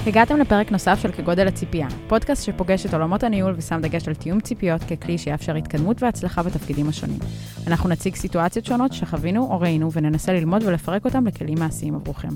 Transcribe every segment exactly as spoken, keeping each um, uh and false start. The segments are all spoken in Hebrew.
הגעתם לפרק נוסף של כגודל הציפייה, פודקאסט שפוגש את עולמות הניהול ושם דגש על תיאום ציפיות ככלי שיאפשר התקדמות והצלחה בתפקידים השונים. אנחנו נציג סיטואציות שונות שחווינו או ראינו וננסה ללמוד ולפרק אותם לכלים מעשיים עבורכם.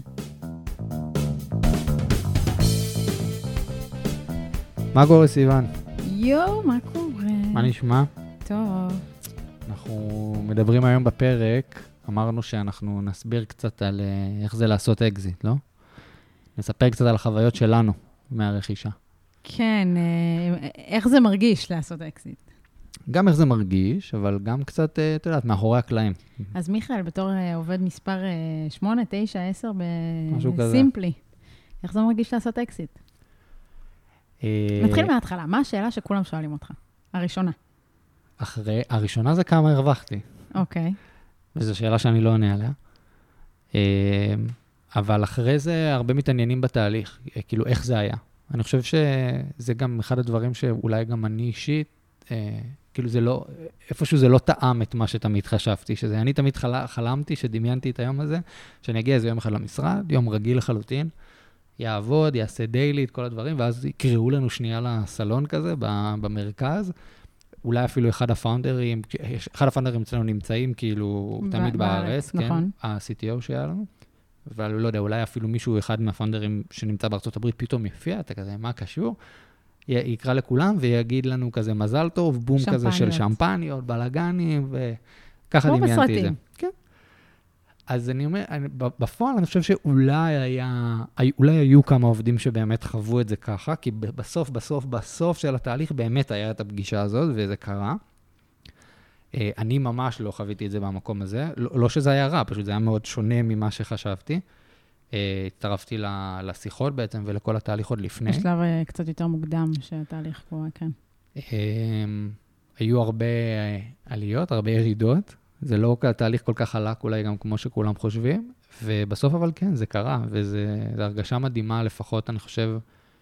מה קורה סיוון? יו, מה קורה? מה נשמע? טוב. אנחנו מדברים היום בפרק, אמרנו שאנחנו נסביר קצת על איך זה לעשות אקזיט, לא? נספר קצת על החוויות שלנו מהרכישה. כן, איך זה מרגיש לעשות אקזיט? גם איך זה מרגיש, אבל גם קצת, אתה יודעת, מאחורי הקלעים. אז מיכאל, בתור עובד מספר שמונה, תשע, עשר משהו כזה. בסימפלי, איך זה מרגיש לעשות אקזיט? נתחיל מההתחלה. מה השאלה שכולם שואלים אותך? הראשונה. אחרי, הראשונה זה כמה הרווחתי. אוקיי. וזו שאלה שאני לא עונה עליה. אבל אחרי זה הרבה מתעניינים בתהליך, כאילו איך זה היה. אני חושב שזה גם אחד הדברים שאולי גם אני אישית, כאילו זה לא, איפשהו זה לא טעם את מה שתמיד חשבתי, שזה אני תמיד חל, חלמתי, שדמיינתי את היום הזה, שאני אגיע איזה יום אחד למשרד, יום רגיל לחלוטין, יעבוד, יעשה דיילי, את כל הדברים, ואז יקראו לנו שנייה לסלון כזה, במרכז, אולי אפילו אחד הפאונדרים, אחד הפאונדרים אצלנו נמצאים כאילו תמיד בארץ, כן? נכון. ה-סי טי או שהיה לנו. אבל לא יודע, אולי אפילו מישהו, אחד מהפאונדרים שנמצא בארצות הברית, פתאום יפיע, אתה כזה, מה קשור? יקרא לכולם ויגיד לנו כזה מזל טוב, בום שמפניות. כזה של שמפניות, בלגנים, וככה דמיינתי את זה. בסרטים. כן. אז אני אומר, אני, בפועל אני חושב שאולי היה, אולי היו כמה עובדים שבאמת חוו את זה ככה, כי בסוף, בסוף, בסוף של התהליך באמת היה את הפגישה הזאת, וזה קרה. אני ממש לא חוויתי את זה במקום הזה, לא, לא שזה היה רע, פשוט זה היה מאוד שונה ממה שחשבתי. הצטרפתי לשיחות בעצם ולכל התהליך עוד לפני. בשלב קצת יותר מוקדם שהתהליך קורה, כן. היו הרבה עליות, הרבה ירידות. זה לא תהליך כל כך חלק, אולי גם כמו שכולם חושבים. ובסוף אבל כן, זה קרה, וזו הרגשה מדהימה, לפחות אני חושב,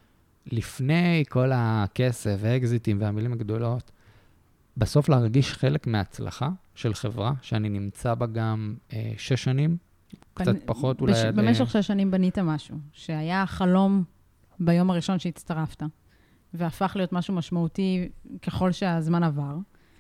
לפני כל הכסף והאקזיטים והמילים הגדולות, בסוף להרגיש חלק מההצלחה של חברה, שאני נמצא בה גם אה, שש שנים, קצת פנ... פחות אולי... בש... עד... במשך שש שנים בנית משהו, שהיה חלום ביום הראשון שהצטרפת, והפך להיות משהו משמעותי ככל שהזמן עבר,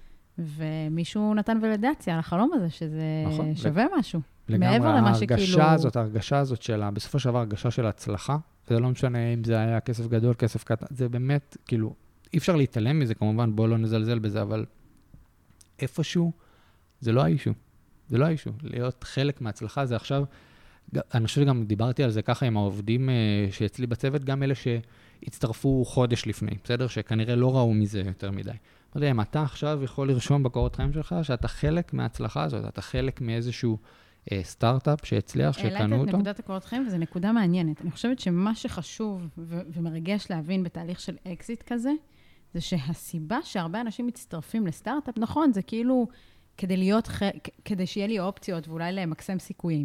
ומישהו נתן ולידציה על החלום הזה, שזה נכון, שווה לג... משהו. לגמרי, מעבר למה שכאילו... ההרגשה הזאת, ההרגשה הזאת שלה, בסופו של דבר הרגשה של הצלחה, זה לא משנה אם זה היה כסף גדול, כסף קטן, זה באמת, כאילו, אי אפשר להתעלם מזה, כמובן, בואו לא נזלזל בזה, אבל איפשהו, זה לא האישו. זה לא האישו. להיות חלק מההצלחה, זה עכשיו, אני חושב שגם דיברתי על זה ככה עם העובדים שאצלי בצוות, גם אלה שהצטרפו חודש לפני, בסדר? שכנראה לא ראו מזה יותר מדי. לא יודע, אם אתה עכשיו יכול לרשום בקורות חיים שלך, שאתה חלק מההצלחה הזאת, אתה חלק מאיזשהו אה, סטארט-אפ שהצליח, שקנו אותו. העלית את נקודת הקורות חיים, וזו נקודה מעניינת. אני חושבת שמה שחשוב ו- ומרגש להבין בתהליך של אקזיט כזה, זה שהסיבה שהרבה אנשים מצטרפים לסטארט-אפ, נכון, זה כאילו כדי להיות, כדי שיהיה לי אופציות ואולי למקסם סיכויים.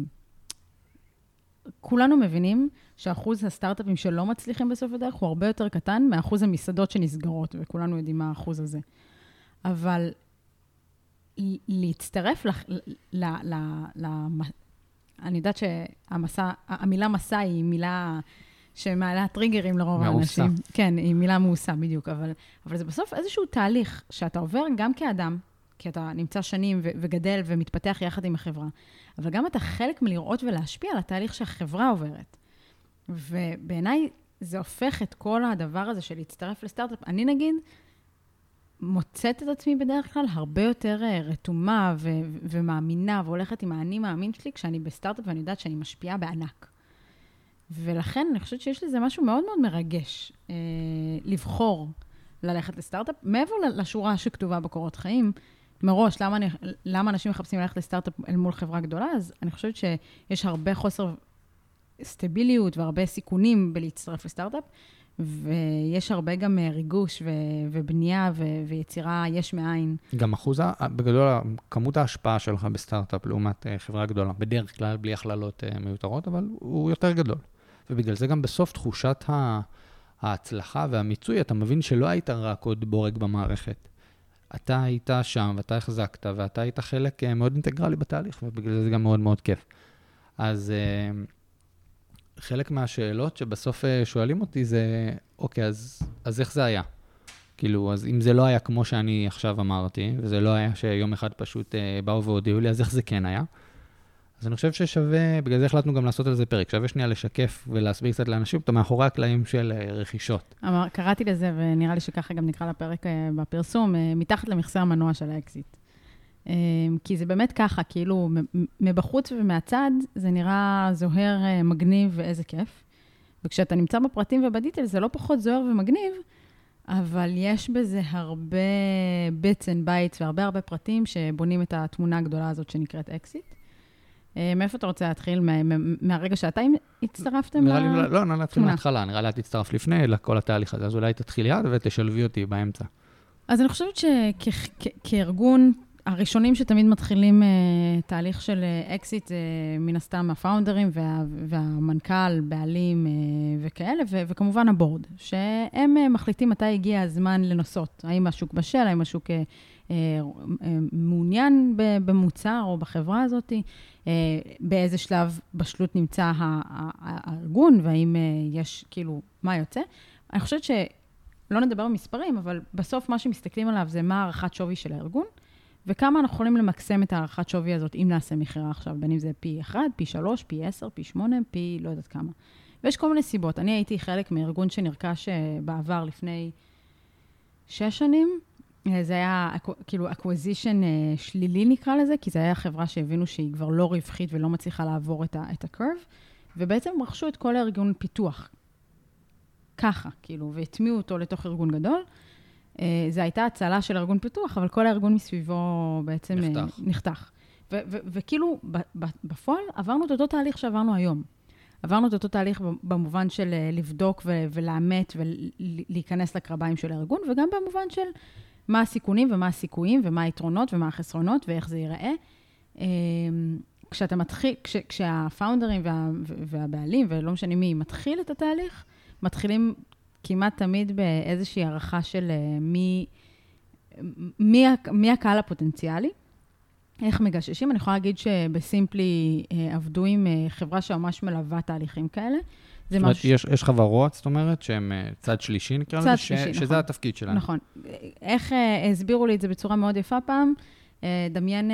כולנו מבינים שאחוז הסטארט-אפים שלא מצליחים בסוף הדרך הוא הרבה יותר קטן מאחוז המסעדות שנסגרות, וכולנו יודעים מה האחוז הזה. אבל להצטרף ל... ל, ל, ל אני יודעת שהמילה מסע היא מילה שמעלה טריגרים לרוב מעוסה. האנשים. כן, היא מילה מעוסה בדיוק, אבל, אבל זה בסוף איזשהו תהליך שאתה עובר גם כאדם, כי אתה נמצא שנים ו- וגדל ומתפתח יחד עם החברה, אבל גם אתה חלק מלראות ולהשפיע על התהליך שהחברה עוברת. ובעיניי זה הופך את כל הדבר הזה של להצטרף לסטארט-אפ. אני נגיד, מוצאת את עצמי בדרך כלל הרבה יותר רתומה ו- ו- ומאמינה, והולכת עם האני מאמין שלי, כשאני בסטארט-אפ ואני יודעת שאני משפיעה בענק. ולכן אני חושבת שיש לזה משהו מאוד מאוד מרגש, אה, לבחור ללכת לסטארט-אפ, מעבר לשורה שכתובה בקורות חיים, מראש, למה, אני, למה אנשים מחפשים ללכת לסטארט-אפ אל מול חברה גדולה, אז אני חושבת שיש הרבה חוסר סטביליות והרבה סיכונים בלהצטרף לסטארט-אפ, ויש הרבה גם ריגוש ו- ובנייה ו- ויצירה יש מאין. גם אחוז, בגדול, כמות ההשפעה שלך בסטארט-אפ לעומת חברה גדולה, בדרך כלל בלי הכללות מיותרות, אבל הוא יותר גדול. ובגלל זה גם בסוף תחושת ההצלחה והמיצוי, אתה מבין שלא היית רק עוד בורג במערכת. אתה היית שם, ואתה החזקת, ואתה היית חלק מאוד אינטגרלי בתהליך, ובגלל זה גם מאוד מאוד כיף. אז חלק מהשאלות שבסוף שואלים אותי זה, אוקיי, אז, אז איך זה היה? כאילו, אז אם זה לא היה כמו שאני עכשיו אמרתי, וזה לא היה שיום אחד פשוט אה, באו והודיעו לי, אז איך זה כן היה? אז אני חושב ששווה, בגלל זה החלטנו גם לעשות על זה פרק, שווה שנייה לשקף ולהסביר קצת לאנשים, אתה מאחורי הקלעים של אה, רכישות. אמר, קראתי לזה, ונראה לי שככה גם נקרא לפרק אה, בפרסום, אה, מתחת למכסה המנוע של האקזיט. אה, כי זה באמת ככה, כאילו, מבחוץ ומהצד, זה נראה זוהר, אה, מגניב ואיזה כיף. וכשאתה נמצא בפרטים ובדיטל, זה לא פחות זוהר ומגניב, אבל יש בזה הרבה bits and bytes והרבה הרבה פרטים שבונים את התמונה הגדולה הזאת שנקראת אקזיט. מאיפה אתה רוצה להתחיל? מהרגע שאתה הצטרפתם? נראה לי, לא, נתחיל מההתחלה, נראה לי את תצטרף לפני לכל התהליך הזה, אז אולי תתחיל יד ותשלבי אותי באמצע. אז אני חושבת שכארגון, הראשונים שתמיד מתחילים תהליך של אקזיט, זה מן הסתם הפאונדרים והמנכ"ל, בעלים וכאלה, וכמובן הבורד, שהם מחליטים מתי הגיע הזמן לנסות, האם השוק בשל, האם השוק מעוניין במוצר או בחברה הזאת, באיזה שלב בשלות נמצא הארגון, והאם יש כאילו מה יוצא. אני חושבת שלא נדבר במספרים, אבל בסוף מה שמסתכלים עליו זה מה הערכת שווי של הארגון, וכמה אנחנו יכולים למקסם את הערכת שווי הזאת, אם נעשה מחירה עכשיו, בין אם זה פי אחד, פי שלוש, פי עשר, פי שמונה, פי לא יודעת כמה. ויש כל מיני סיבות. אני הייתי חלק מארגון שנרכש בעבר לפני שש שנים. זה היה כאילו acquisition שלילי נקרא לזה, כי זה היה חברה שהבינו שהיא כבר לא רווחית ולא מצליחה לעבור את ה-curve, ובעצם רכשו את כל הארגון פיתוח. ככה, כאילו, והטמיעו אותו לתוך ארגון גדול. זה הייתה הצלה של ארגון פיתוח, אבל כל הארגון מסביבו בעצם נחתך. נחתך. ו- ו- וכאילו, בפועל עברנו את אותו תהליך שעברנו היום. עברנו את אותו תהליך במובן של לבדוק ו- ולאמת ולהיכנס לקרביים של הארגון, וגם במובן של מה הסיכונים ומה הסיכויים ומה היתרונות ומה החסרונות ואיך זה ייראה. כשאתה מתחיל, כש- כשהפאונדרים וה- והבעלים, ולא משנה מי, מתחיל את התהליך, מתחילים כמעט תמיד באיזושהי הערכה של מי, מי, מי הקהל הפוטנציאלי, איך מגששים. אני יכולה להגיד שבסימפלי עבדו עם חברה שממש מלווה תהליכים כאלה. זאת אומרת, יש, יש חברות, זאת אומרת, שהן צד שלישי, נקרא לזה, ש, שלישי, שזה נכון. התפקיד שלנו. נכון. איך הסבירו לי את זה בצורה מאוד יפה פעם? דמיין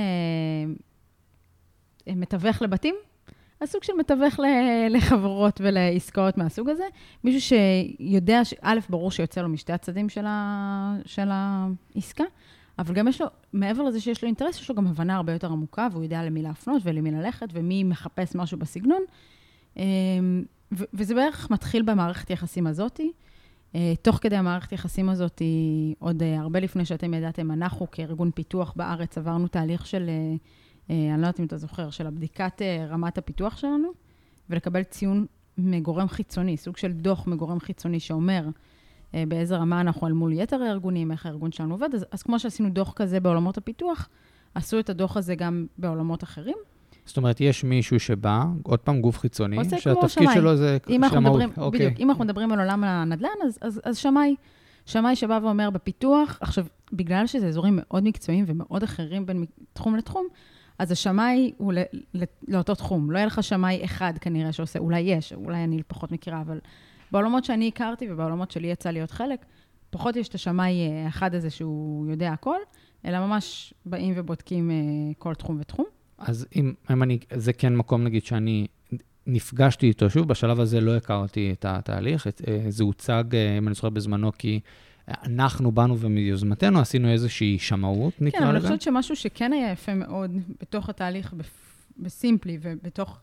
מתווך לבתים? הסוג של מתווך לחברות ולעסקאות מהסוג הזה. מישהו שיודע, א', ברור שיוצא לו משתי הצדים של, ה, של העסקה, אבל גם יש לו, מעבר לזה שיש לו אינטרס, יש לו גם הבנה הרבה יותר עמוקה, והוא יודע למי להפנות ולמי ללכת, ומי מחפש משהו בסגנון. ו- וזה בערך מתחיל במערכת יחסים הזאת. תוך כדי המערכת יחסים הזאת, עוד הרבה לפני שאתם ידעתם, אנחנו כארגון פיתוח בארץ עברנו תהליך של... אני לא יודעת אם אתה זוכר, של הבדיקת רמת הפיתוח שלנו, ולקבל ציון מגורם חיצוני, סוג של דוח מגורם חיצוני שאומר באיזה רמה אנחנו על מול יתר הארגונים, איך הארגון שלנו עובד. אז, אז כמו שעשינו דוח כזה בעולמות הפיתוח, עשו את הדוח הזה גם בעולמות אחרים. זאת אומרת, יש מישהו שבא, עוד פעם גוף חיצוני, שהתפקיד שמאי. שלו זה שמאות. אוקיי. בדיוק, אם אנחנו מדברים על עולם הנדל"ן, אז, אז, אז שמאי, שמאי שבא ואומר בפיתוח, עכשיו, בגלל שזה אזורים מאוד מקצועיים ומאוד אחרים בין תחום לתחום, אז השמאי הוא לאותו תחום. לא יהיה לך שמאי אחד כנראה שעושה, אולי יש, אולי אני פחות מכירה, אבל בעולמות שאני הכרתי ובעולמות שלי יצא להיות חלק, פחות יש את השמאי אחד הזה שהוא יודע הכל, אלא ממש באים ובודקים כל תחום ותחום. אז אם, אם אני, זה כן מקום נגיד שאני נפגשתי איתו, שוב, בשלב הזה לא הכרתי את התהליך, זה הוצג, אם אני זוכר בזמנו, כי אנחנו באנו ומיוזמתנו עשינו איזושהי שמאות, נקרא לזה. כן, אבל אני חושבת שמשהו שכן היה יפה מאוד בתוך התהליך בסימפלי, ובתוך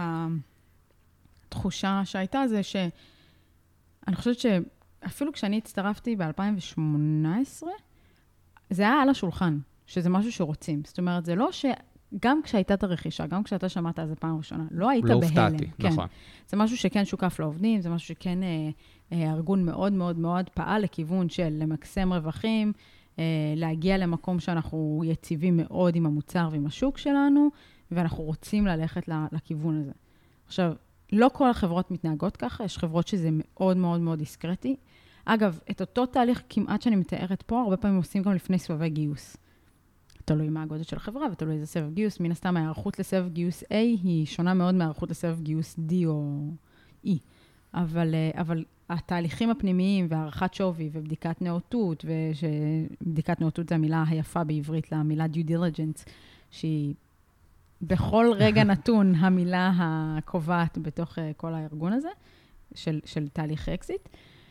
התחושה שהייתה זה ש... אני חושבת שאפילו כשאני הצטרפתי ב-אלפיים שמונה עשרה, זה היה על השולחן, שזה משהו שרוצים. זאת אומרת, זה לא שגם כשהייתה את הרכישה, גם כשאתה שמעת על זה פעם ראשונה, לא היית בהלם. לא הופתעתי, כן. נכון. זה משהו שכן שוקף לעובדים, זה משהו שכן הארגון מאוד מאוד מאוד פעל לכיוון של למקסם רווחים, להגיע למקום שאנחנו יציבים מאוד עם המוצר ועם השוק שלנו, ואנחנו רוצים ללכת לכיוון הזה. עכשיו, לא כל החברות מתנהגות ככה, יש חברות שזה מאוד מאוד מאוד דיסקרטי. אגב, את אותו תהליך כמעט שאני מתארת פה, הרבה פעמים עושים גם לפני סבבי גיוס. תלוי מה הגודל של החברה ותלוי איזה סבב גיוס. מן הסתם, ההערכות לסבב גיוס A היא שונה מאוד מהערכות לסבב גיוס D או אי. אבל, אבל התהליכים הפנימיים והערכת שווי ובדיקת נאותות, ובדיקת נאותות זה המילה היפה בעברית למילה due diligence, שהיא בכל רגע נתון המילה הקובעת בתוך כל הארגון הזה, של, של תהליך אקזיט.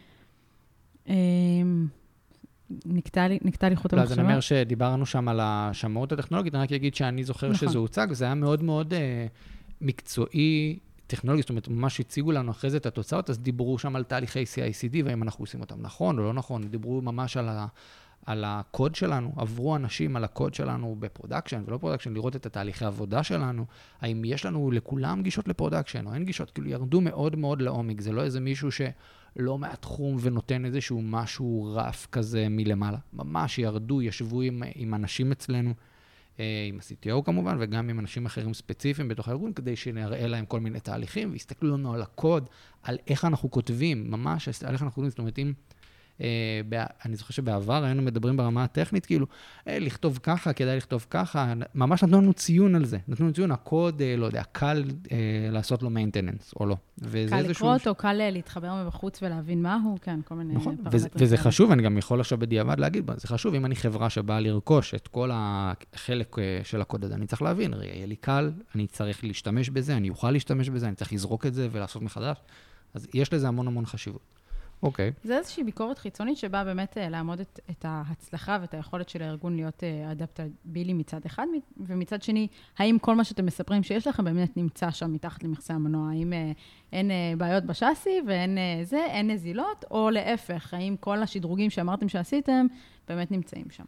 נקטע לי, נקטע לי חוט המחשבה. לא, אז אני אומר שדיברנו שם על השמאות הטכנולוגית, אני רק אגיד שאני זוכר שזה הוצג, זה היה מאוד מאוד מקצועי, טכנולוגי, זאת אומרת, ממש הציגו לנו אחרי זה את התוצאות, אז דיברו שם על תהליכי סי איי סי די, והאם אנחנו עושים אותם נכון או לא נכון, דיברו ממש על, ה, על הקוד שלנו, עברו אנשים על הקוד שלנו בפרודקשן, ולא פרודקשן, לראות את התהליכי העבודה שלנו, האם יש לנו לכולם גישות לפרודקשן, או אין גישות, כאילו ירדו מאוד מאוד לעומק, זה לא איזה מישהו שלא מהתחום ונותן איזשהו משהו רף כזה מלמעלה, ממש ירדו, ישבו עם, עם אנשים אצלנו, עם ה-סי טי או כמובן, וגם עם אנשים אחרים ספציפיים בתוך הארגון, כדי שנראה להם כל מיני תהליכים, והסתכלו לנו על הקוד, על איך אנחנו כותבים, ממש, על איך אנחנו כותבים, זאת אומרת, אם, אה, בע... אני זוכר שבעבר היינו מדברים ברמה הטכנית, כאילו, אה, לכתוב ככה, כדאי לכתוב ככה, ממש נתנו לנו ציון על זה, נתנו לנו ציון, הקוד, אה, לא יודע, קל אה, לעשות לו maintenance, או לא. קל לקרוא אותו, קל להתחבר מבחוץ ולהבין מהו, כן, כל מיני נכון, וזה, וזה חשוב, אני גם יכול עכשיו בדיעבד להגיד, זה חשוב, אם אני חברה שבאה לרכוש את כל החלק של הקוד הזה, אני צריך להבין, יהיה לי קל, אני צריך להשתמש בזה, אני אוכל להשתמש בזה, אני צריך לזרוק את זה ולעשות מחדש, אז יש לזה המון המון חשיבות. אוקיי. זה איזושהי ביקורת חיצונית שבאה באמת לעמוד את, את ההצלחה ואת היכולת של הארגון להיות אדפטבילי מצד אחד, ומצד שני, האם כל מה שאתם מספרים שיש לכם באמת נמצא שם מתחת למכסה המנוע, האם אין בעיות בשאסי ואין זה, אין נזילות, או להפך, האם כל השדרוגים שאמרתם שעשיתם באמת נמצאים שם.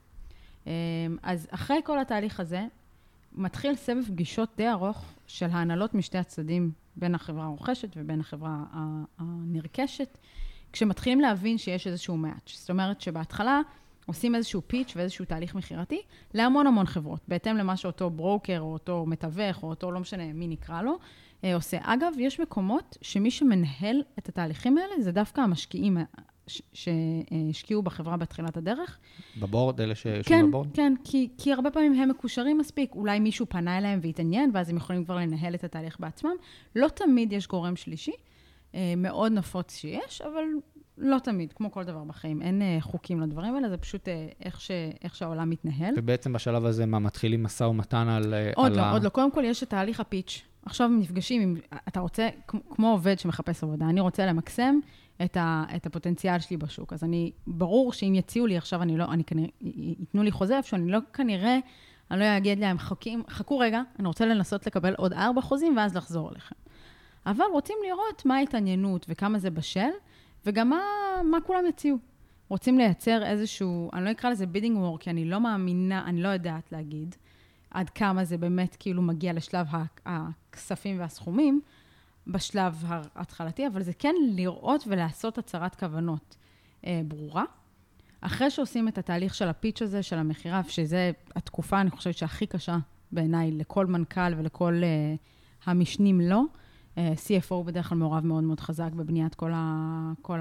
אז אחרי כל התהליך הזה, מתחיל סבב פגישות די ארוך של ההנהלות משתי הצדדים, בין החברה הרוכשת ובין החברה הנרכשת, כשמתחילים להבין שיש איזשהו מאץ'. זאת אומרת שבהתחלה עושים איזשהו פיץ' ואיזשהו תהליך מחירתי להמון המון חברות, בהתאם למה שאותו ברוקר או אותו מתווך או אותו לא משנה מי נקרא לו, עושה. אגב, יש מקומות שמי שמנהל את התהליכים האלה זה דווקא המשקיעים שהשקיעו בחברה בתחילת הדרך. בבורד, אלה שיושבים כן, בבורד? כן, כי, כי הרבה פעמים הם מקושרים מספיק, אולי מישהו פנה אליהם והתעניין, ואז הם יכולים כבר לנהל את התהליך בעצמם. לא תמיד יש גורם שלישי, מאוד נפוץ שיש, אבל לא תמיד, כמו כל דבר בחיים. אין חוקים לדברים האלה, זה פשוט איך, ש, איך שהעולם מתנהל. ובעצם בשלב הזה, מה, מתחילים מסע ומתן על... עוד על לא, ה... עוד לא. קודם כל, יש את תהליך הפיץ'. עכשיו נפגשים עם, אתה רוצה, כמו עובד שמחפש עבודה, אני רוצה למקסם את, ה, את הפוטנציאל שלי בשוק. אז אני, ברור שאם יציעו לי עכשיו, אני לא, אני כנראה, ייתנו לי חוזה איפשהו, אני לא כנראה, אני לא אגיד להם, חכים, חכו רגע, אני רוצה לנסות לקבל עוד ארבע חוזים, ואז לחזור אליכם. אבל רוצים לראות מה ההתעניינות וכמה זה בשל, וגם מה, מה כולם יציעו. רוצים לייצר איזשהו, אני לא אקרא לזה bidding war, כי אני לא מאמינה, אני לא יודעת להגיד, עד כמה זה באמת כאילו מגיע לשלב הכספים והסכומים, בשלב ההתחלתי, אבל זה כן לראות ולעשות הצהרת כוונות אה, ברורה. אחרי שעושים את התהליך של הפיץ' הזה, של המחירה, שזה התקופה, אני חושבת שהכי קשה בעיניי, לכל מנכ"ל ולכל אה, המשנים לא, סי אף או בדרך כלל מעורב מאוד מאוד חזק בבניית כל, ה, כל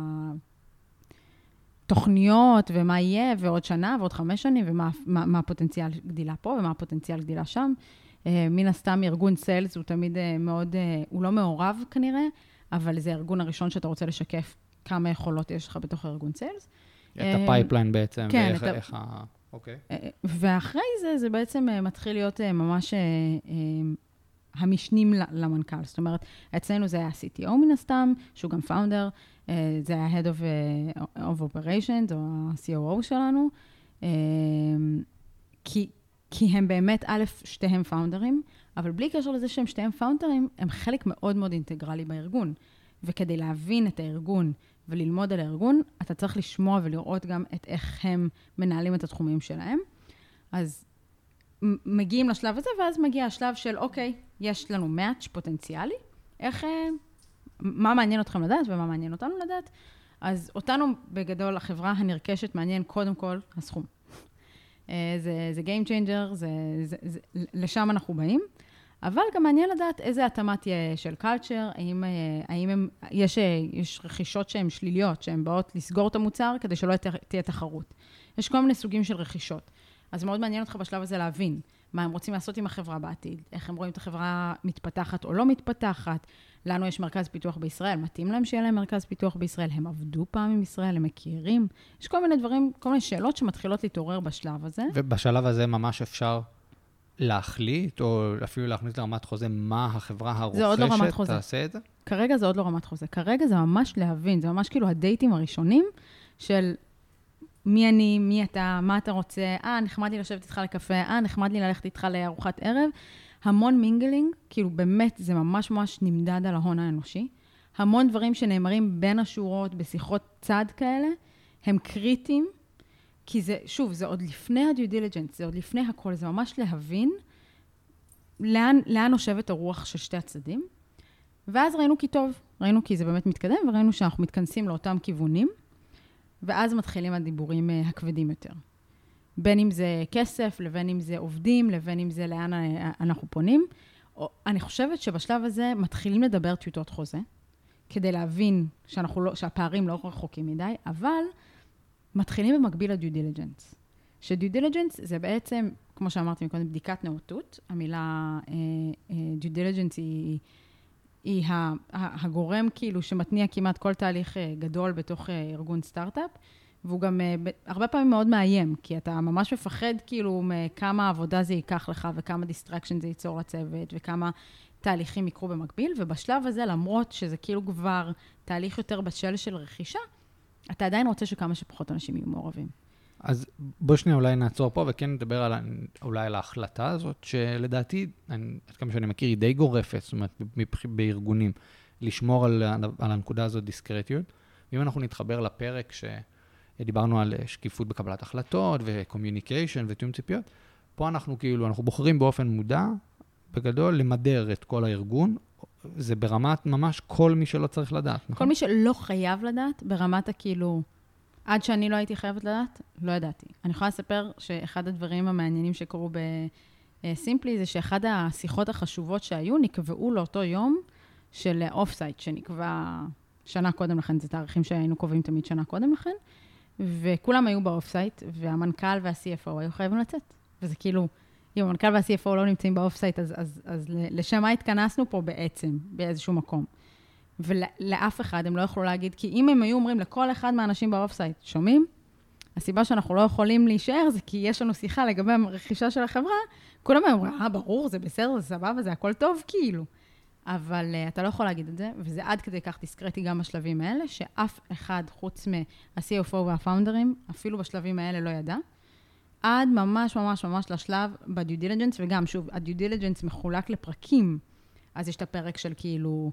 התוכניות ומה יהיה, ועוד שנה ועוד חמש שנים, ומה מה, מה הפוטנציאל גדילה פה ומה הפוטנציאל גדילה שם. מן הסתם ארגון סיילס הוא תמיד מאוד, הוא לא מעורב כנראה, אבל זה הארגון הראשון שאתה רוצה לשקף כמה יכולות יש לך בתוך ארגון סיילס. את הפייפליין בעצם, כן, ואיך... את איך ה... אוקיי. ואחרי זה, זה בעצם מתחיל להיות ממש... המשנים למנכ"ל. זאת אומרת, אצלנו זה היה סי טי או מן הסתם, שהוא גם פאונדר, זה היה Head of, of Operations, או ה-סי או או שלנו, כי, כי הם באמת, א', שתיהם פאונדרים, אבל בלי קשר לזה שהם שתיהם פאונדרים, הם חלק מאוד מאוד אינטגרלי בארגון. וכדי להבין את הארגון וללמוד על הארגון, אתה צריך לשמוע ולראות גם את איך הם מנהלים את התחומים שלהם. אז מגיעים לשלב הזה, ואז מגיע השלב של, אוקיי, יש לנו מאץ' פוטנציאלי, איך, מה מעניין אתכם לדעת ומה מעניין אותנו לדעת? אז אותנו בגדול, החברה הנרכשת מעניין קודם כל הסכום. זה, זה game changer, זה, זה, זה, לשם אנחנו באים, אבל גם מעניין לדעת איזה התאמה תהיה של culture, האם, האם הם, יש, יש רכישות שהן שליליות, שהן באות לסגור את המוצר כדי שלא תהיה תחרות. יש כל מיני סוגים של רכישות. אז מאוד מעניין אותך בשלב הזה להבין, מה הם רוצים לעשות עם החברה בעתיד, איך הם רואים את החברה מתפתחת או לא מתפתחת, לנו יש מרכז פיתוח בישראל, מתאים להם שיהיה להם מרכז פיתוח בישראל, הם עבדו פעם עם ישראל, הם מכירים, יש כל מיני דברים, כל מיני שאלות שמתחילות להתעורר בשלב הזה. ובשלב הזה ממש אפשר להחליט, או אפילו להכניס לרמת חוזה, מה החברה הרוכשת תעשה את זה? כרגע זה עוד לא רמת חוזה, כרגע זה ממש להבין, זה ממש כאילו הדייטים הראשונים של מי אני, מי אתה, מה אתה רוצה, אה, נחמד לי לשבת איתך לקפה, אה, נחמד לי ללכת איתך לארוחת ערב, המון מינגלינג, כאילו באמת זה ממש ממש נמדד על ההון האנושי, המון דברים שנאמרים בין השורות, בשיחות צד כאלה, הם קריטיים, כי זה, שוב, זה עוד לפני ה-due diligence, זה עוד לפני הכל, זה ממש להבין לאן, לאן נושבת הרוח של שתי הצדדים, ואז ראינו כי טוב, ראינו כי זה באמת מתקדם, וראינו שאנחנו מתכנסים לאותם כיוונים, ואז מתחילים הדיבורים הכבדים יותר. בין אם זה כסף, לבין אם זה עובדים, לבין אם זה לאן אנחנו פונים. אני חושבת שבשלב הזה מתחילים לדבר טיוטות חוזה, כדי להבין שאנחנו לא, שהפערים לא רחוקים מדי, אבל מתחילים במקביל ל-due diligence. ש-due diligence זה בעצם, כמו שאמרתי מקודם, בדיקת נאותות. המילה due diligence היא, היא הגורם כאילו שמתניע כמעט כל תהליך גדול בתוך ארגון סטארט-אפ, והוא גם הרבה פעמים מאוד מאיים, כי אתה ממש מפחד כאילו מכמה עבודה זה ייקח לך, וכמה דיסטרקשן זה ייצור לצוות, וכמה תהליכים יקרו במקביל, ובשלב הזה, למרות שזה כאילו כבר תהליך יותר בשל של רכישה, אתה עדיין רוצה שכמה שפחות אנשים יהיו מעורבים. אז בוא שנייה אולי נעצור פה, וכן נדבר על, אולי על ההחלטה הזאת, שלדעתי, אני, כמה שאני מכיר, היא די גורפת, זאת אומרת, בארגונים, לשמור על, על הנקודה הזאת דיסקרטיות. ואם אנחנו נתחבר לפרק שדיברנו על שקיפות בקבלת החלטות, וקומיוניקיישן ותיאום ציפיות, פה אנחנו כאילו, אנחנו בוחרים באופן מודע, בגדול, למדר את כל הארגון, זה ברמת ממש כל מי שלא צריך לדעת, נכון? כל מי שלא חייב לדעת, ברמת הכאילו, עד שאני לא הייתי חייבת לדעת, לא ידעתי. אני יכולה לספר שאחד הדברים המעניינים שקורו בסימפלי, זה שאחד השיחות החשובות שהיו, נקבעו לאותו יום של אוף-סייט, שנקבע שנה קודם לכן, זה תאריכים שהיינו קובעים תמיד שנה קודם לכן, וכולם היו באוף-סייט, והמנכ"ל וה-סי אף או היו חייבים לצאת. וזה כאילו, אם המנכ"ל וה-סי אף או לא נמצאים באוף-סייט, אז, אז, אז לשם מה התכנסנו פה בעצם, באיזשהו מקום. ולאף אחד הם לא יכולו להגיד, כי אם הם היו אומרים לכל אחד מהאנשים באוף-סייט, שומעים? הסיבה שאנחנו לא יכולים להישאר זה כי יש לנו שיחה לגבי הרכישה של החברה, כולם היו אומרים, אה, ברור, זה בסדר, זה סבבה, זה הכל טוב, כאילו. אבל uh, אתה לא יכול להגיד את זה, וזה עד כדי כך דיסקרטי גם בשלבים האלה, שאף אחד חוץ מה-סי אף או והפאונדרים, אפילו בשלבים האלה לא ידע, עד ממש ממש ממש לשלב בדיו דיליג'נס, וגם שוב, הדיו דיליג'נס מחולק לפרקים, אז יש את הפרק של כאילו...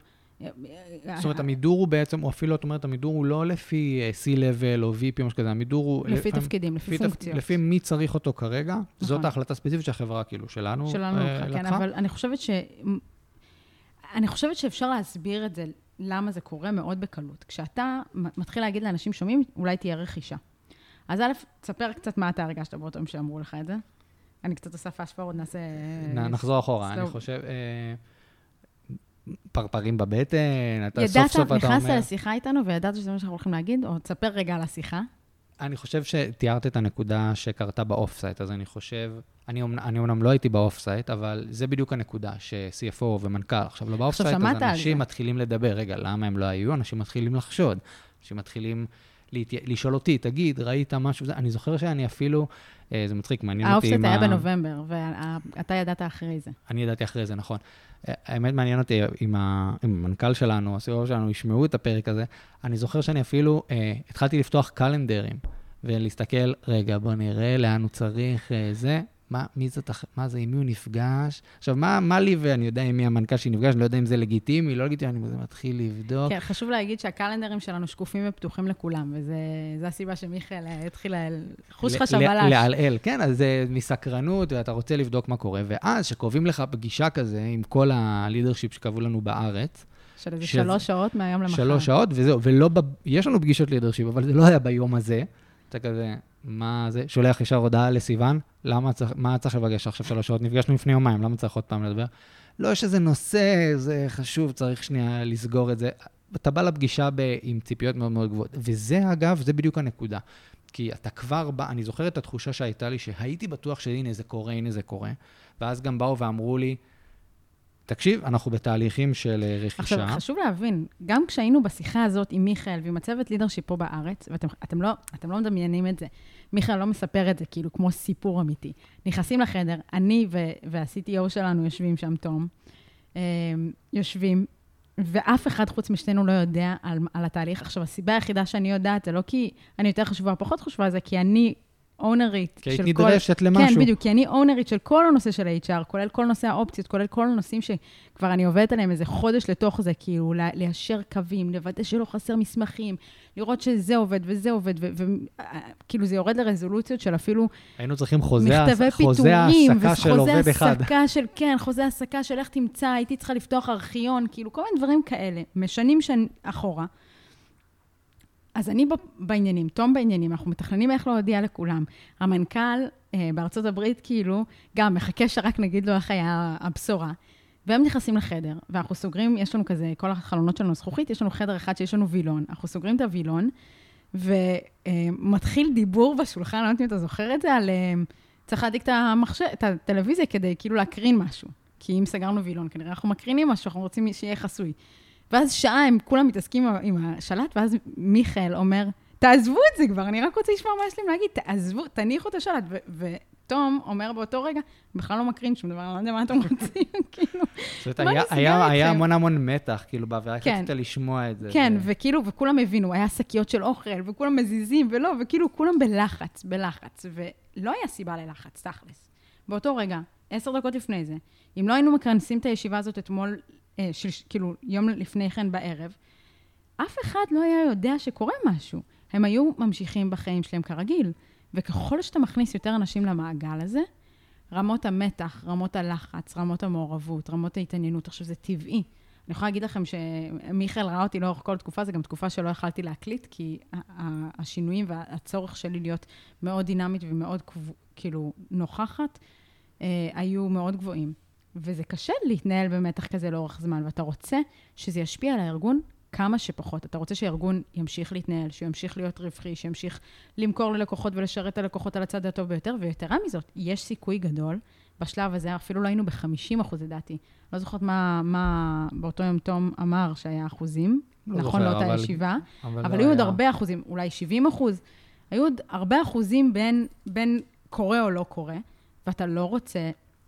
זאת אומרת, המידור הוא בעצם, או אפילו, את אומרת, המידור הוא לא לפי C-Level או וי פי, משהו כזה, המידור הוא... לפי תפקידים, לפי פונקציות. לפי מי צריך אותו כרגע, זאת ההחלטה ספציפית שהחברה, כאילו, שלנו לקחה. שלנו, כן, אבל אני חושבת ש... אני חושבת שאפשר להסביר את זה, למה זה קורה מאוד בקלות. כשאתה מתחיל להגיד לאנשים שומעים, אולי תהיה רכישה. אז א', תספר קצת מה אתה הרגשת באותו יום שאמרו לך את זה. אני קצת עושה פאסט פורוד, נעשה... נחזור אחורה, אני חושב... פרפרים בבטן, אתה סוף סוף אתה אומר... ידעת, נכנסת לשיחה איתנו, וידעת שזה מה שאנחנו הולכים להגיד, או תספר רגע על השיחה. אני חושב שתיארת את הנקודה שקרתה באוף-סייט, אז אני חושב, אני אומנם לא הייתי באוף-סייט, אבל זה בדיוק הנקודה, ש-סי אף או ומנכ"ל, עכשיו לא באוף-סייט, אז אנשים מתחילים לדבר, רגע, למה הם לא היו? אנשים מתחילים לחשוד, אנשים מתחילים לשאול אותי, תגיד, ראית משהו? אני זוכר שאני אפילו, זה מצחיק, מעניין אותי האוף-סייט היה בנובמבר, ואתה ידעת אחרי זה. אני ידעתי אחרי זה, נכון. האמת מעניין אותי, עם המנכ"ל שלנו, ה-סי אף או שלנו, ישמעו את הפרק הזה, אני זוכר שאני אפילו התחלתי לפתוח קלנדרים, ולהסתכל, רגע, בוא נראה לאן הוא צריך זה, מה, מי זאת, מה זה, עם מי הוא נפגש? עכשיו, מה, מה לי, ואני יודע עם מי המנכ"ל שנפגש, אני לא יודע אם זה לגיטימי, לא לגיטימי, אני מתחיל לבדוק. כן, חשוב להגיד שהקלנדרים שלנו שקופים ופתוחים לכולם, וזה הסיבה שמיכאל התחיל חוש חשב עלש. לעלעל, כן, אז זה מסקרנות, ואתה רוצה לבדוק מה קורה, ואז שקובעים לך פגישה כזה, עם כל הלידרשיפ שקבעו לנו בארץ, של איזה שלוש שעות מהיום למחר. שלוש שעות, וזהו, ולא, יש לנו פגישות לידרשיפ, אבל זה לא היה ביום הזה. אתה כזה, מה זה? שולח ישר הודעה לסיוון, למה צריך, מה צריך לבקש עכשיו שלוש שעות? נפגשנו לפני יומיים, למה צריך עוד פעם לדבר? לא, יש איזה נושא, זה חשוב, צריך שנייה לסגור את זה. אתה בא לפגישה ב, עם ציפיות מאוד מאוד גבוהות. וזה, אגב, זה בדיוק הנקודה. כי אתה כבר בא, אני זוכר את התחושה שהייתה לי, שהייתי בטוח שהנה זה קורה, הנה זה קורה, ואז גם באו ואמרו לי, תקשיב, אנחנו בתהליכים של רכישה. עכשיו, חשוב להבין, גם כשהיינו בשיחה הזאת עם מיכאל ועם הצוות לידרשיפ פה בארץ, ואתם אתם לא, אתם לא מדמיינים את זה, מיכאל לא מספר את זה כאילו כמו סיפור אמיתי. נכנסים לחדר, אני וה-סי טי או שלנו יושבים שם, תום, יושבים, ואף אחד חוץ משתינו לא יודע על, על התהליך. עכשיו, הסיבה היחידה שאני יודעת, זה לא כי אני יותר חשובה, פחות חשובה, זה כי אני אונרית של כל... כי היית נדרשת למשהו. כן, בדיוק, כי אני אונרית של כל הנושא של ה-אייץ' אר, כולל כל נושא האופציות, כולל כל הנושאים שכבר אני עובדת עליהם איזה חודש לתוך זה, כאילו, ליישר קווים, לוודא שלא חסר מסמכים, לראות שזה עובד וזה עובד, וכאילו זה יורד לרזולוציות של אפילו... היינו צריכים חוזה העסקה של עובד אחד. חוזה העסקה של, כן, חוזה העסקה של איך תמצא, הייתי צריכה לפתוח ארכיון, כאילו, כל מיני דברים כאלה, משנים אחורה. אז אני בעניינים, תום בעניינים, אנחנו מתכננים איך להודיע לכולם. המנכ"ל אה, בארצות הברית, כאילו, גם מחכה שרק נגיד לו איך היה הבשורה. והם נכנסים לחדר, ואנחנו סוגרים, יש לנו כזה, כל החלונות שלנו זכוכית, יש לנו חדר אחד שיש לנו וילון. אנחנו סוגרים את הוילון, ומתחיל אה, דיבור בשולחן, לא יודעת אם אתה זוכר את זה, על אה, צריך להדיק את המחשב, את הטלוויזיה כדי כאילו להקרין משהו. כי אם סגרנו וילון, כנראה אנחנו מקרינים משהו, אנחנו רוצים שיהיה חסוי. ואז שעה הם כולם מתעסקים עם השלט, ואז מיכאל אומר, תעזבו את זה כבר, אני רק רוצה לשמוע מה יש להם להגיד, תעזבו, תניחו את השלט. ותום אומר באותו רגע, בכלל לא מקרין שום דבר, אני לא יודע מה אתם רוצים, כאילו. זאת אומרת, היה המון המון מתח, כאילו, ורק רצית לשמוע את זה. כן, וכאילו, וכולם הבינו, היה שקיות של אוכל, וכולם מזיזים, ולא, וכאילו, כולם בלחץ, בלחץ, ולא היה סיבה ללחץ, תכלס. באותו רגע, עשר דקות לפני זה, אם לא היינו מכנסים את הישיבה הזאת אתמול, של, כאילו, יום לפני כן בערב, אף אחד לא היה יודע שקורה משהו. הם היו ממשיכים בחיים שלהם כרגיל. וככל שאתה מכניס יותר אנשים למעגל הזה, רמות המתח, רמות הלחץ, רמות המעורבות, רמות ההתעניינות, עכשיו זה טבעי. אני יכולה להגיד לכם שמיכאל ראה אותי לאורך כל תקופה, זה גם תקופה שלא יכלתי להקליט, כי השינויים והצורך שלי להיות מאוד דינמית ומאוד כאילו נוכחת, היו מאוד גבוהים. וזה קשה להתנהל במתח כזה לאורך זמן, ואתה רוצה שזה ישפיע על הארגון כמה שפחות. אתה רוצה שהארגון ימשיך להתנהל, שימשיך להיות רווחי, שימשיך למכור ללקוחות ולשרת את הלקוחות על הצד הטוב ביותר, ויתרה מזאת, יש סיכוי גדול, בשלב הזה, אפילו לא היינו ב-חמישים אחוז לדעתי. לא זוכרת מה, מה באותו יום תום אמר שהיה אחוזים, לא נכון, זוכר, לאותה אבל, ישיבה, אבל, אבל היו עוד הרבה אחוזים, אולי שבעים אחוז, היו עוד הרבה אחוזים בין, בין קורה או לא קורה, ואתה לא רוצה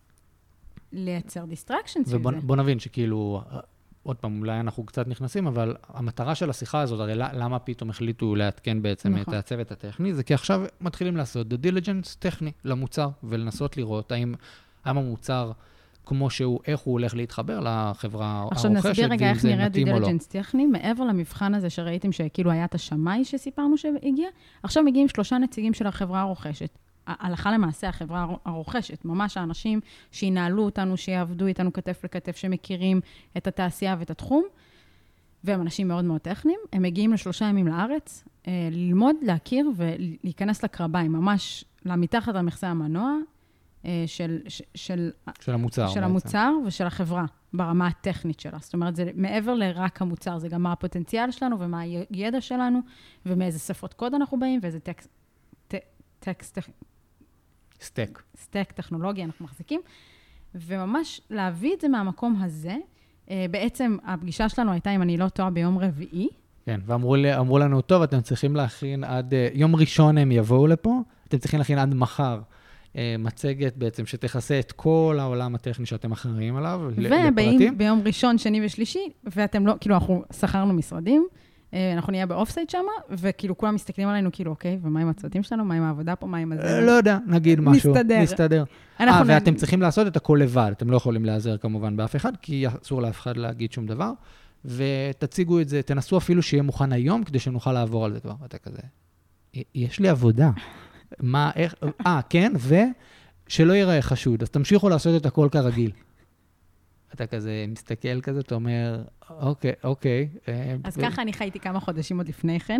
לייצר דיסטרקשן סביב זה. ובוא נבין שכאילו, עוד פעם, אולי אנחנו קצת נכנסים, אבל המטרה של השיחה הזאת, הרי למה פתאום החליטו להתקן בעצם נכון. את הצוות הטכני, זה כי עכשיו מתחילים לעשות the diligence טכני למוצר, ולנסות לראות האם, האם המוצר, כמו שהוא, איך הוא הולך להתחבר לחברה הרוכשת, עכשיו נסביר רגע איך נראה due diligence טכני, מעבר למבחן הזה שראיתם שכאילו היה את השמאי שסיפרנו שהגיע, עכשיו מגיעים שלושה נציגים של החברה הרוכשת. הלכה למעשה, החברה הרוכשת, ממש האנשים שינהלו אותנו, שיעבדו איתנו כתף לכתף, שמכירים את התעשייה ואת התחום, והם אנשים מאוד מאוד טכניים, הם מגיעים לשלושה ימים לארץ, ללמוד, להכיר ולהיכנס לקרביים, ממש למתחת המכסה המנוע של, של, של המוצר, של המוצר ושל החברה, ברמה הטכנית שלה. זאת אומרת, זה מעבר לרק המוצר, זה גם מה הפוטנציאל שלנו ומה הידע שלנו, ומאיזה שפות קוד אנחנו באים, ואיזה טקסט, טקסט, סטק. סטק, טכנולוגיה, אנחנו מחזיקים, וממש להביא את זה מהמקום הזה. בעצם הפגישה שלנו הייתה, אם אני לא טועה, ביום רביעי. כן, ואמרו לנו, טוב, אתם צריכים להכין עד, יום ראשון הם יבואו לפה, אתם צריכים להכין עד מחר מצגת בעצם, שתכסה את כל העולם הטכני שאתם אחראים עליו, לפרטים. וביום ראשון, שני ושלישי, ואתם לא, כאילו, אנחנו שכרנו משרדים, אנחנו נהיה באופסייט שם, וכאילו כולם מסתכלים עלינו, כאילו, אוקיי, ומה עם הצוותים שלנו, מה עם העבודה פה, מה עם הזה? לא יודע, נגיד משהו. נסתדר. נסתדר. אה, ואתם צריכים לעשות את הכל לבד, אתם לא יכולים להיעזר כמובן באף אחד, כי אסור לאף אחד להגיד שום דבר, ותציגו את זה, תנסו אפילו שיהיה מוכן היום, כדי שנוכל לעבור על זה כבר. אתה כזה, יש לי עבודה. מה, איך, אה, כן, ושלא ייראה חשוד, אז תמשיכו לעשות את הכל כרגיל. אתה כזה מסתכל כזה, אתה אומר, אוקיי, אוקיי. אז ככה אני חייתי כמה חודשים עוד לפני כן,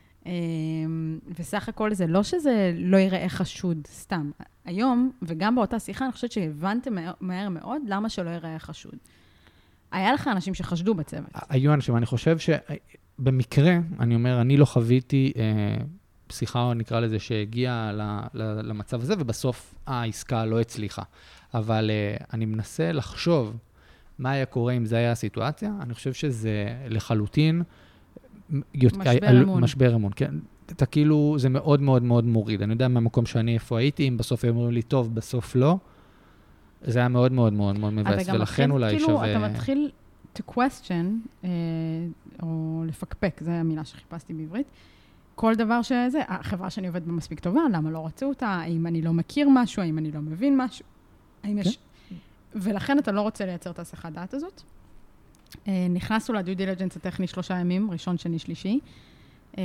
וסך הכל זה לא שזה לא ייראה חשוד, סתם. היום, וגם באותה שיחה, אני חושבת שהבנתם מהר מאוד למה שלא ייראה חשוד. היה לך אנשים שחשדו בצוות. היו אנשים, אני חושב שבמקרה, אני אומר, אני לא חוויתי פסיכה, נקרא לזה, שהגיעה למצב הזה, ובסוף העסקה לא הצליחה. אבל אני מנסה לחשוב מה היה קורה אם זה היה הסיטואציה. אני חושב שזה לחלוטין... משבר אמון. משבר אמון, כן. אתה כאילו, זה מאוד מאוד מאוד מוריד. אני יודע מהמקום שאני איפה הייתי, אם בסוף הם אומרים לי, טוב, בסוף לא, זה היה מאוד מאוד מאוד מאוד מבאס, ולכן אולי כאילו, שווה... אתה מתחיל to question, אה, או לפקפק, זו המילה שחיפשתי בעברית, כל דבר שזה, החברה שאני עובדת במספיק טובה, למה לא רצו אותה, האם אני לא מכיר משהו, האם אני לא מבין משהו, האם יש... ולכן אתה לא רוצה לייצר את הסחת דעת הזאת. אה, נכנסנו לדיו דיליג'נס הטכני שלושה ימים, ראשון, שני, שלישי. אה,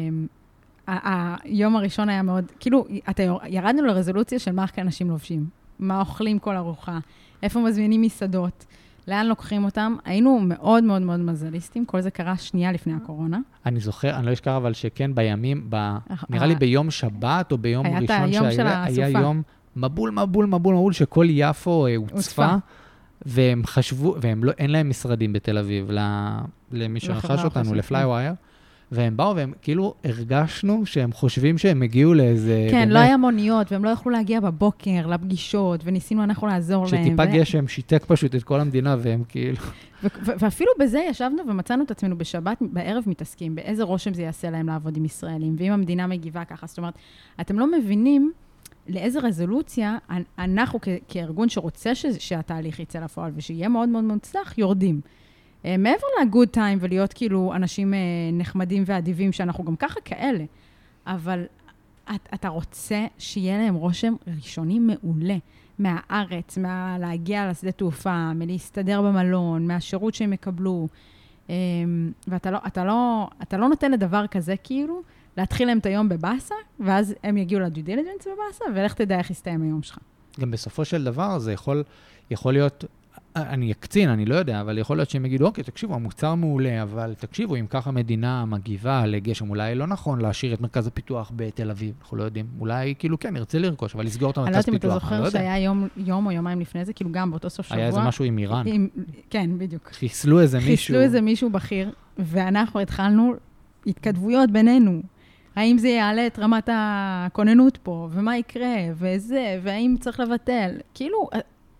היום הראשון היה מאוד, כאילו, אתה, ירדנו לרזולוציה של מה אנשים לובשים, מה אוכלים כל ארוחה, איפה מזמינים מסעדות, לאן לוקחים אותם. היינו מאוד מאוד מאוד מזליסטים, כל זה קרה שנייה לפני הקורונה. אני זוכר, אני לא אשכח, אבל שכן בימים, ב... נראה לי ביום שבת או ביום ראשון שהיה, היה יום מבול, מבול, מבול, מבול, שכל יפו הוצפה, והם חשבו, והם לא, אין להם משרדים בתל אביב, למי שרכש אותנו, לפלייווייר, והם באו, והם כאילו הרגשנו שהם חושבים שהם הגיעו לאיזה... כן, באמת... לא היה מוניות, והם לא יכלו להגיע בבוקר לפגישות, וניסינו אנחנו לעזור להם. שטיפה ו... גשם שיתק פשוט את כל המדינה, והם כאילו... ו- ו- ואפילו בזה ישבנו ומצאנו את עצמנו בשבת בערב מתעסקים, באיזה רושם זה יעשה להם לעבוד עם ישראלים, ואם המדינה מגיבה ככה. זאת אומרת, אתם לא מבינים לאיזה רזולוציה אנחנו כ- כארגון שרוצה ש- שהתהליך יצא לפועל, ושיהיה מאוד מאוד מוצלח, יורדים. מעבר ל-good time ולהיות כאילו אנשים נחמדים ואדיבים, שאנחנו גם ככה כאלה, אבל אתה רוצה שיהיה להם רושם ראשוני מעולה, מהארץ, מהלהגיע לשדה תעופה, מלהסתדר במלון, מהשירות שהם יקבלו, ואתה לא, אתה לא, אתה לא נותן לדבר כזה כאילו, להתחיל להם את היום בבאסה, ואז הם יגיעו לדיו דיליג'נס בבאסה, ולך תדע איך יסתיים היום שלך. גם בסופו של דבר זה יכול, יכול להיות... אני אקצין, אני לא יודע, אבל יכול להיות שהם יגידו, אוקיי, תקשיבו, המוצר מעולה, אבל תקשיבו, אם ככה מדינה מגיבה לגשם, אולי לא נכון להשאיר את מרכז הפיתוח בתל אביב, אנחנו לא יודעים, אולי כאילו כן, נרצה לרכוש, אבל לסגור את המרכז פיתוח, אני לא יודעת אם אתה זוכר שהיה יום, יום או יומיים לפני זה, כאילו גם באותו סוף שבוע. היה איזה משהו עם איראן. עם, כן, בדיוק. חיסלו איזה מישהו. חיסלו איזה מישהו בכיר, ואנחנו התחלנו התכתבויות בינינו. האם זה יעלה את רמת הכוננות פה, ומה יקרה, וזה, והאם צריך לבטל. כאילו,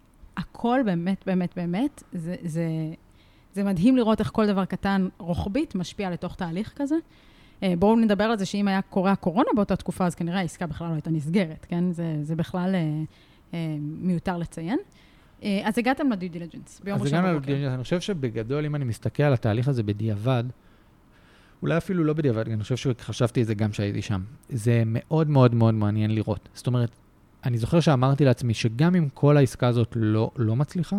הכל באמת, באמת, באמת, זה, זה, זה מדהים לראות איך כל דבר קטן רוחבית משפיע לתוך תהליך כזה. בואו נדבר על זה שאם היה קורה הקורונה באותה תקופה, אז כנראה העסקה בכלל לא הייתה נסגרת, כן? זה, זה בכלל מיותר לציין. אז הגעתם לדיו דיליג'נס, ביום ראשון בבוקר. אז הגענו לדיו דיליג'נס, אני חושב שבגדול, אם אני מסתכל על התהליך הזה בדיעבד, אולי אפילו לא בדיעבד, אני חושב שחשבתי את זה גם שהייתי שם. זה מאוד מאוד מאוד מעניין לראות. זאת אומרת, אני זוכר שאמרתי לעצמי שגם אם כל העסקה הזאת לא, לא מצליחה,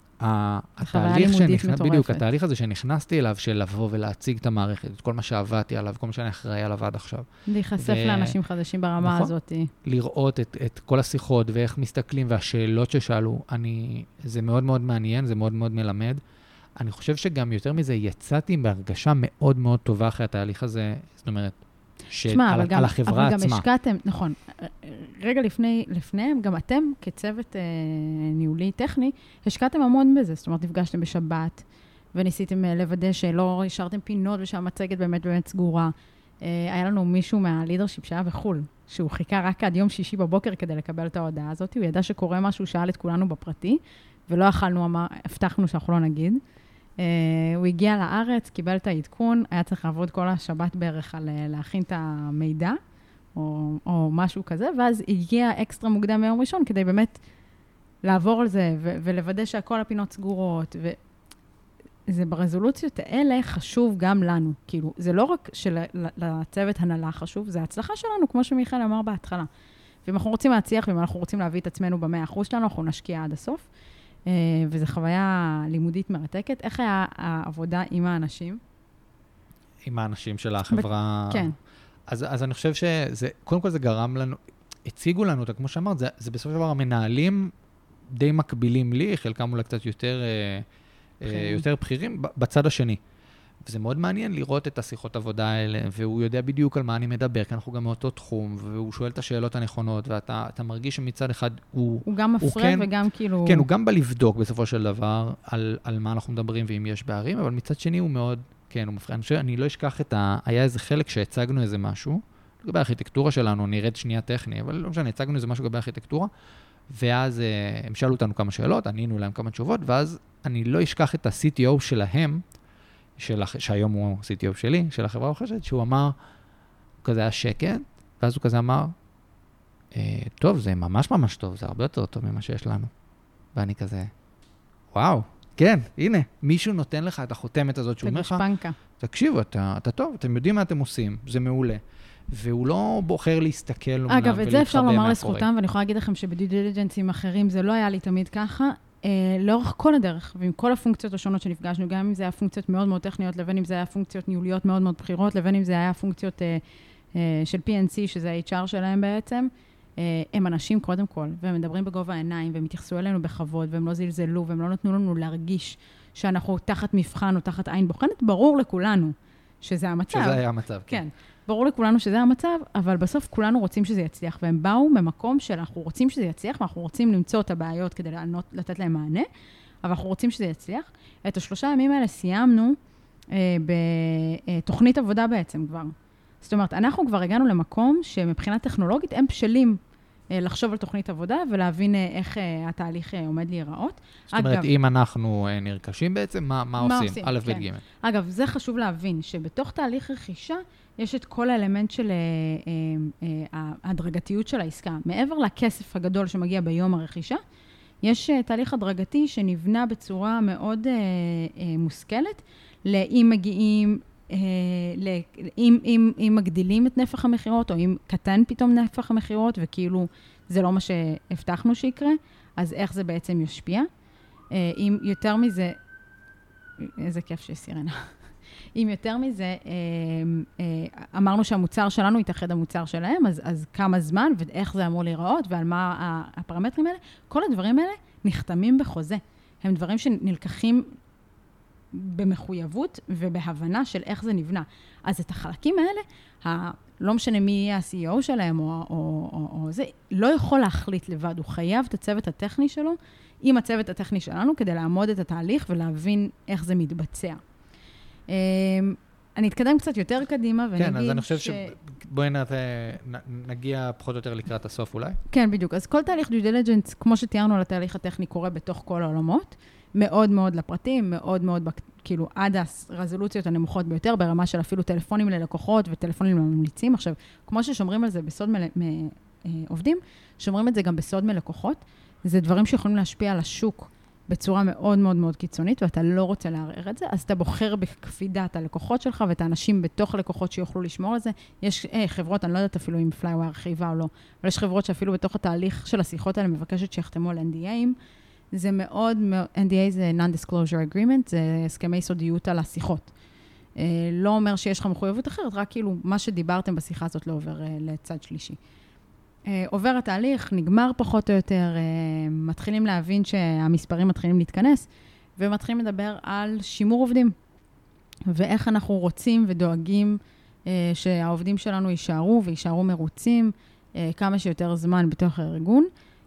התהליך שנכנס, בדיוק, התהליך הזה שנכנסתי אליו, של לבוא ולהציג את המערכת, את כל מה שעבדתי עליו, כל מה שאני אחראי עליו עד עכשיו. להיחשף ו... לאנשים חדשים ברמה נכון, הזאת. לראות את, את כל השיחות ואיך מסתכלים והשאלות ששאלו, אני, זה מאוד מאוד מעניין, זה מאוד מאוד מלמד. אני חושב שגם יותר מזה, יצאתי בהרגשה מאוד מאוד טובה אחרי התהליך הזה, זאת אומרת, שמה, על, גם, על החברה אבל עצמה. גם השקעתם, נכון, רגע לפני, לפניהם, גם אתם כצוות אה, ניהולי טכני, השקעתם המון בזה, זאת אומרת, נפגשתם בשבת, וניסיתם אה, לוודא שלא השארתם פינות, ושהמצגת באמת באמת סגורה. אה, היה לנו מישהו מהלידרשיפ שהיה בחול, שהוא חיכה רק עד יום שישי בבוקר כדי לקבל את ההודעה הזאת, הוא ידע שקורה משהו, שאל את כולנו בפרטי, ולא אכלנו, אמר, הבטחנו שאנחנו לא נגיד. Uh, הוא הגיע לארץ, קיבל את העדכון, היה צריך לעבוד כל השבת בערך על uh, להכין את המידע, או, או משהו כזה, ואז הגיע אקסטרה מוקדם מיום ראשון, כדי באמת לעבור על זה, ו- ולוודא שהכל הפינות סגורות, וזה ברזולוציות האלה חשוב גם לנו, כאילו, זה לא רק שלצוות הנהלה חשוב, זה ההצלחה שלנו, כמו שמיכאל אמר בהתחלה. ואם אנחנו רוצים להצליח, ואם אנחנו רוצים להביא את עצמנו במאה אחוז שלנו, אנחנו נשקיע עד הסוף. וזו חוויה לימודית מרתקת. איך היה העבודה עם האנשים? עם האנשים של החברה... כן. אז, אז אני חושב שזה, קודם כל זה גרם לנו, הציגו לנו אותה, כמו שאמרת, זה, זה בסופו של דבר המנהלים די מקבילים לי, חלקם אולי קצת יותר, בחירים. יותר בחירים, בצד השני. וזה מאוד מעניין לראות את השיחות עבודה האלה, והוא יודע בדיוק על מה אני מדבר, כי אנחנו גם מאותו תחום, והוא שואל את השאלות הנכונות, ואתה אתה מרגיש שמצד אחד הוא... הוא גם מפרה כן, וגם כאילו... כן, הוא גם בא לבדוק בסופו של דבר על, על מה אנחנו מדברים ואם יש בערים, אבל מצד שני הוא מאוד... כן, הוא מפרה. אני חושב, אני לא אשכח את ה... היה איזה חלק שהצגנו איזה משהו, לגבי הארכיטקטורה שלנו, נראית שנייה טכני, אבל לא משנה, הצגנו איזה משהו לגבי הארכיטקטורה, ואז uh, הם שאלו אותנו כמה שאלות, ענינו להם כמה תשובות, ואז אני לא אשכח את ה-סי טי או שלהם, של, שהיום הוא סי טי או שלי, של החברה הרוכשת, שהוא אמר, הוא כזה היה שקט, ואז הוא כזה אמר, אה, טוב, זה ממש ממש טוב, זה הרבה יותר טוב ממה שיש לנו. ואני כזה, וואו, כן, הנה, מישהו נותן לך את החותמת הזאת שהוא אומר לך, תקשיבו, אתה, אתה טוב, אתם יודעים מה אתם עושים, זה מעולה. והוא לא בוחר להסתכל ולהתחבא מאחורי. אגב, את זה אפשר לומר לזכותם, ואני יכולה להגיד לכם שבדיו דיליג'נסים אחרים זה לא היה לי תמיד ככה, אה, לאורך כל הדרך, ועם כל הפונקציות השונות שנפגשנו, גם אם זה היה פונקציות מאוד מאוד טכניות, לבין אם זה היה פונקציות ניהוליות מאוד מאוד בחירות, לבין אם זה היה פונקציות אה, אה, של פי אן סי, שזה ה-אייץ' אר שלהם בעצם, אה, הם אנשים קודם כל, והם מדברים בגובה העיניים, והם התייחסו אלינו בכבוד, והם לא זלזלו, והם לא נתנו לנו להרגיש שאנחנו תחת מבחן או תחת עין בוחנת. ברור לכולנו שזה המצב. שזה היה המצב, כן. כן. ברור לכולנו שזה המצב, אבל בסוף כולנו רוצים שזה יצליח, והם באו ממקום שאנחנו רוצים שזה יצליח, ואנחנו רוצים למצוא את הבעיות כדי לענות, לתת להם מענה, אבל אנחנו רוצים שזה יצליח. את השלושה ימים האלה סיימנו אה, בתוכנית עבודה בעצם כבר. זאת אומרת, אנחנו כבר הגענו למקום שמבחינה טכנולוגית הם בשלים אה, לחשוב על תוכנית עבודה, ולהבין אה, איך אה, התהליך אה, עומד להיראות. זאת אומרת, אגב, אם אנחנו אה, נרכשים בעצם, מה, מה, מה עושים? עושים? א', כן. ב', ג'. אגב, זה חשוב להבין, שבתוך תהליך רכישה, יש את כל האלמנט של אה, אה, אה, ההדרגתיות של העסקה. מעבר לכסף הגדול שמגיע ביום הרכישה, יש אה, תהליך הדרגתי שנבנה בצורה מאוד אה, אה, מושכלת, לאם מגיעים, אה, לאם, אם, אם מגדילים את נפח המחירות, או אם קטן פתאום נפח המחירות, וכאילו זה לא מה שהבטחנו שיקרה, אז איך זה בעצם ישפיע. אה, אם יותר מזה, איזה כיף שיש סירנה. אם יותר מזה, אמרנו שהמוצר שלנו יתאחד המוצר שלהם, אז, אז כמה זמן ואיך זה אמור להיראות ועל מה הפרמטרים האלה, כל הדברים האלה נחתמים בחוזה. הם דברים שנלקחים במחויבות ובהבנה של איך זה נבנה. אז את החלקים האלה, לא משנה מי יהיה ה-סי אי או שלהם או, או, או, או זה, לא יכול להחליט לבד. הוא חייב את הצוות הטכני שלו עם הצוות הטכני שלנו כדי לעמוד את התהליך ולהבין איך זה מתבצע. אני אתקדם קצת יותר קדימה ונגיד ש... כן, אז אני חושב שבואי נגיע פחות או יותר לקראת הסוף אולי. כן, בדיוק. אז כל תהליך due diligence, כמו שתיארנו על התהליך הטכני, קורה בתוך כל העולמות, מאוד מאוד לפרטים, מאוד מאוד, כאילו, עד הרזולוציות הנמוכות ביותר, ברמה של אפילו טלפונים ללקוחות וטלפונים לממליצים. עכשיו, כמו ששומרים על זה בסוד מעובדים, שומרים את זה גם בסוד מלקוחות. זה דברים שיכולים להשפיע על השוק בצורה מאוד מאוד מאוד קיצונית, ואתה לא רוצה לערער את זה, אז אתה בוחר בקפידת הלקוחות שלך, ואת האנשים בתוך הלקוחות שיוכלו לשמור על זה. יש אה, חברות, אני לא יודעת אפילו אם פלייוואר הרחיבה או לא, אבל יש חברות שאפילו בתוך התהליך של השיחות האלה מבקשת שיחתמו על אן די איים. זה מאוד, אן די איי זה Non-Disclosure Agreement, זה הסכמי סודיות על השיחות. אה, לא אומר שיש לך מחויבות אחרת, רק כאילו מה שדיברתם בשיחה הזאת לא עובר אה, לצד שלישי. עובר התהליך, נגמר פחות או יותר, מתחילים להבין שהמספרים מתחילים להתכנס, ומתחילים לדבר על שימור עובדים, ואיך אנחנו רוצים ודואגים שהעובדים שלנו יישארו ויישארו מרוצים כמה שיותר זמן בתוך הארגון.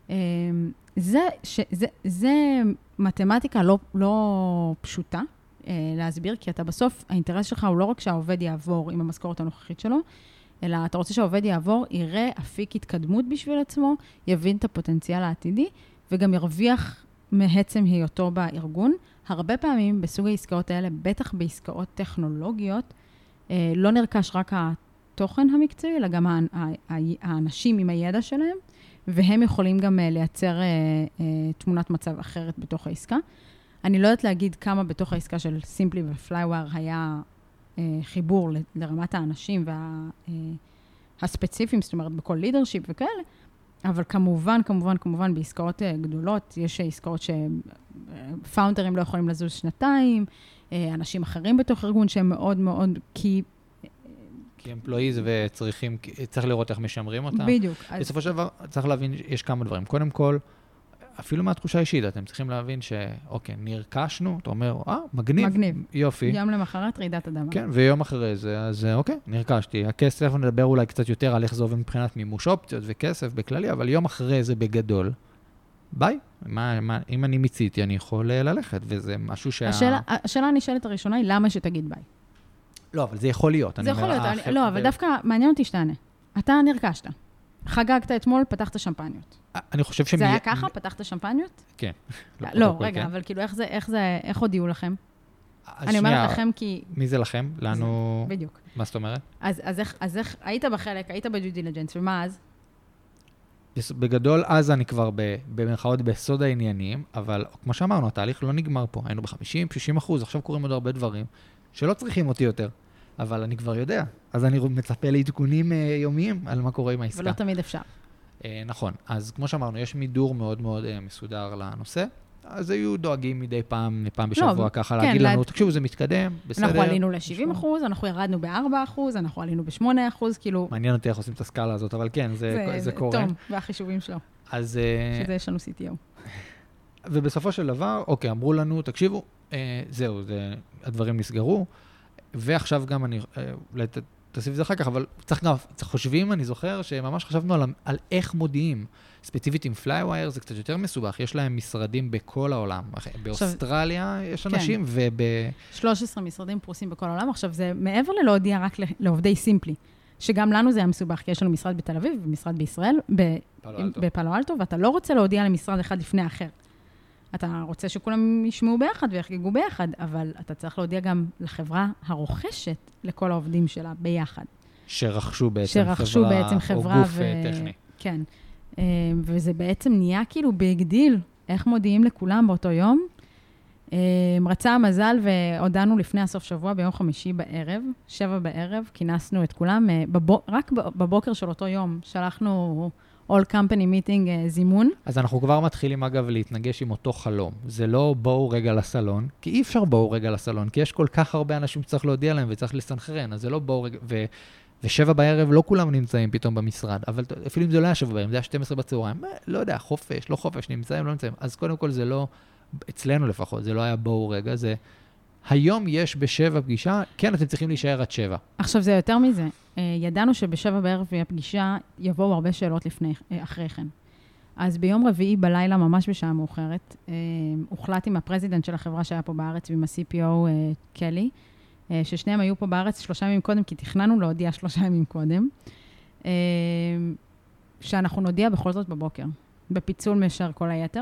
זה, זה, זה מתמטיקה לא, לא פשוטה להסביר, כי אתה בסוף, האינטרס שלך הוא לא רק שהעובד יעבור עם המשכורת הנוכחית שלו, אלא אתה רוצה שהעובד יעבור, יראה אפיק התקדמות בשביל עצמו, יבין את הפוטנציאל העתידי, וגם ירוויח מעצם היותו בארגון. הרבה פעמים בסוג העסקאות האלה, בטח בעסקאות טכנולוגיות, לא נרכש רק התוכן המקצועי, אלא גם האנשים עם הידע שלהם, והם יכולים גם לייצר תמונת מצב אחרת בתוך העסקה. אני לא יודעת להגיד כמה בתוך העסקה של סימפלי ופלייוואר היה חיבור לרמת האנשים והספציפיים, זאת אומרת, בכל לידרשיפ וכאלה, אבל כמובן, כמובן, כמובן, בעסקאות גדולות, יש עסקאות שפאונדרים לא יכולים לזוז שנתיים, אנשים אחרים בתוך ארגון שהם מאוד מאוד, כי... כי אמפלואיז וצריכים, צריך לראות איך משמרים אותם. בדיוק. בסופו של דבר, צריך להבין, יש כמה דברים. קודם כל, אפילו מהתחושה האישית, אתם צריכים להבין שאוקיי, נרכשנו, אתה אומר, אה, מגניב, מגניב. יופי. יום למחרת רעידת אדמה. כן, ויום אחרי זה, אז אוקיי, נרכשתי. הכסף, נדבר אולי קצת יותר על איך זה עובד מבחינת מימוש אופציות וכסף בכללי, אבל יום אחרי זה בגדול, ביי. מה, מה, אם אני מיציתי, אני יכול ללכת, וזה משהו שה... השאלה, השאלה הנשאלת הראשונה היא, למה שתגיד ביי? לא, אבל זה יכול להיות. זה יכול להיות, אני, לא, אבל דווקא מעניין אותי שתענה. אתה נרכשת. חגגת אתמול, פתחת שמפניות. אני חושב שמי... זה היה ככה? פתחת שמפניות? כן. לא, רגע, אבל כאילו, איך זה, איך זה, איך הודיעו לכם? אני אומרת לכם כי... מי זה לכם? לנו... בדיוק. מה זאת אומרת? אז, אז איך, אז איך, היית בחלק, היית בדיו דיליג'נס, ומה אז? בגדול, אז אני כבר במרכאות בסוד העניינים, אבל כמו שאמרנו, התהליך לא נגמר פה. היינו ב-חמישים, שישים אחוז, עכשיו קוראים עוד הרבה דברים שלא צריכים אותי יותר, אבל אני כבר יודע. אז אני מצפה לעדכונים יומיים על מה קורה עם העסקה. ולא תמיד אפשר. נכון. אז כמו שאמרנו, יש מידור מאוד מאוד מסודר לנושא. אז היו דואגים מדי פעם, פעם בשבוע, ככה להגיד לנו, תקשיבו, זה מתקדם, בסדר. אנחנו עלינו ל-שבעים אחוז, אנחנו ירדנו ב-ארבעה אחוז, אנחנו עלינו ב-שמונה אחוז, כאילו... מעניין אותי איך עושים את הסקאלה הזאת, אבל כן, זה קורה. זה טוב, והחישובים שלו. אז... שזה יש לנו סי טי או. ובסופו של דבר, אוקיי, אמרו לנו, תקשיבו, זהו, הדברים נסגרו, ועכשיו גם אני... תוסיף את זה אחר כך, אבל צריך גם, חושבים, אני זוכר, שממש חשבנו על, על איך מודיעים. ספציפית עם פלייווייר זה קצת יותר מסובך, יש להם משרדים בכל העולם. באוסטרליה יש אנשים, כן. וב... שלושה עשר משרדים פרוסים בכל העולם. עכשיו, זה מעבר ללהודיע רק לעובדי סימפלי, שגם לנו זה היה מסובך, כי יש לנו משרד בתל אביב, ומשרד בישראל, בפאלו אלטו, ואתה לא רוצה להודיע למשרד אחד לפני האחר. אתה רוצה שכולם ישמעו ביחד ויחגגו ביחד, אבל אתה צריך להודיע גם לחברה הרוכשת לכל העובדים שלה ביחד. שרכשו בעצם שרכשו חברה, בעצם חברה או גוף ו... טכני. כן. וזה בעצם נהיה כאילו בהגדיל, איך מודיעים לכולם באותו יום. רצה המזל והודענו לפני הסוף שבוע, ביום חמישי בערב, שבע בערב, כינסנו את כולם, בבוק... רק בבוקר של אותו יום שלחנו... All Company Meeting זימון. אז אנחנו כבר מתחילים, אגב, להתנגש עם אותו חלום. זה לא בואו רגע לסלון, כי אי אפשר בואו רגע לסלון, כי יש כל כך הרבה אנשים שצריך להודיע להם וצריך לסנכרן, אז זה לא בואו רגע, ו... ושבע בערב לא כולם נמצאים פתאום במשרד, אבל אפילו אם זה לא היה שבע בערב, זה היה שתים עשרה בצהריים, לא יודע, חופש, לא חופש, נמצאים, לא נמצאים. אז קודם כל זה לא, אצלנו לפחות, זה לא היה בואו רגע, זה... היום יש בשבע פגישה, כן, אתם צריכים להישאר עד שבע. עכשיו זה יותר מזה. ידענו שבשבע בערב הפגישה יבואו הרבה שאלות לפני, אחרי כן. אז ביום רביעי בלילה, ממש בשעה מאוחרת, הוחלט עם הפרזידנט של החברה שהיה פה בארץ, ועם ה-סי פי או קלי, ששניהם היו פה בארץ שלושה ימים קודם, כי תכננו להודיע שלושה ימים קודם, שאנחנו נודיע בכל זאת בבוקר, בפיצול משאר כל היתר.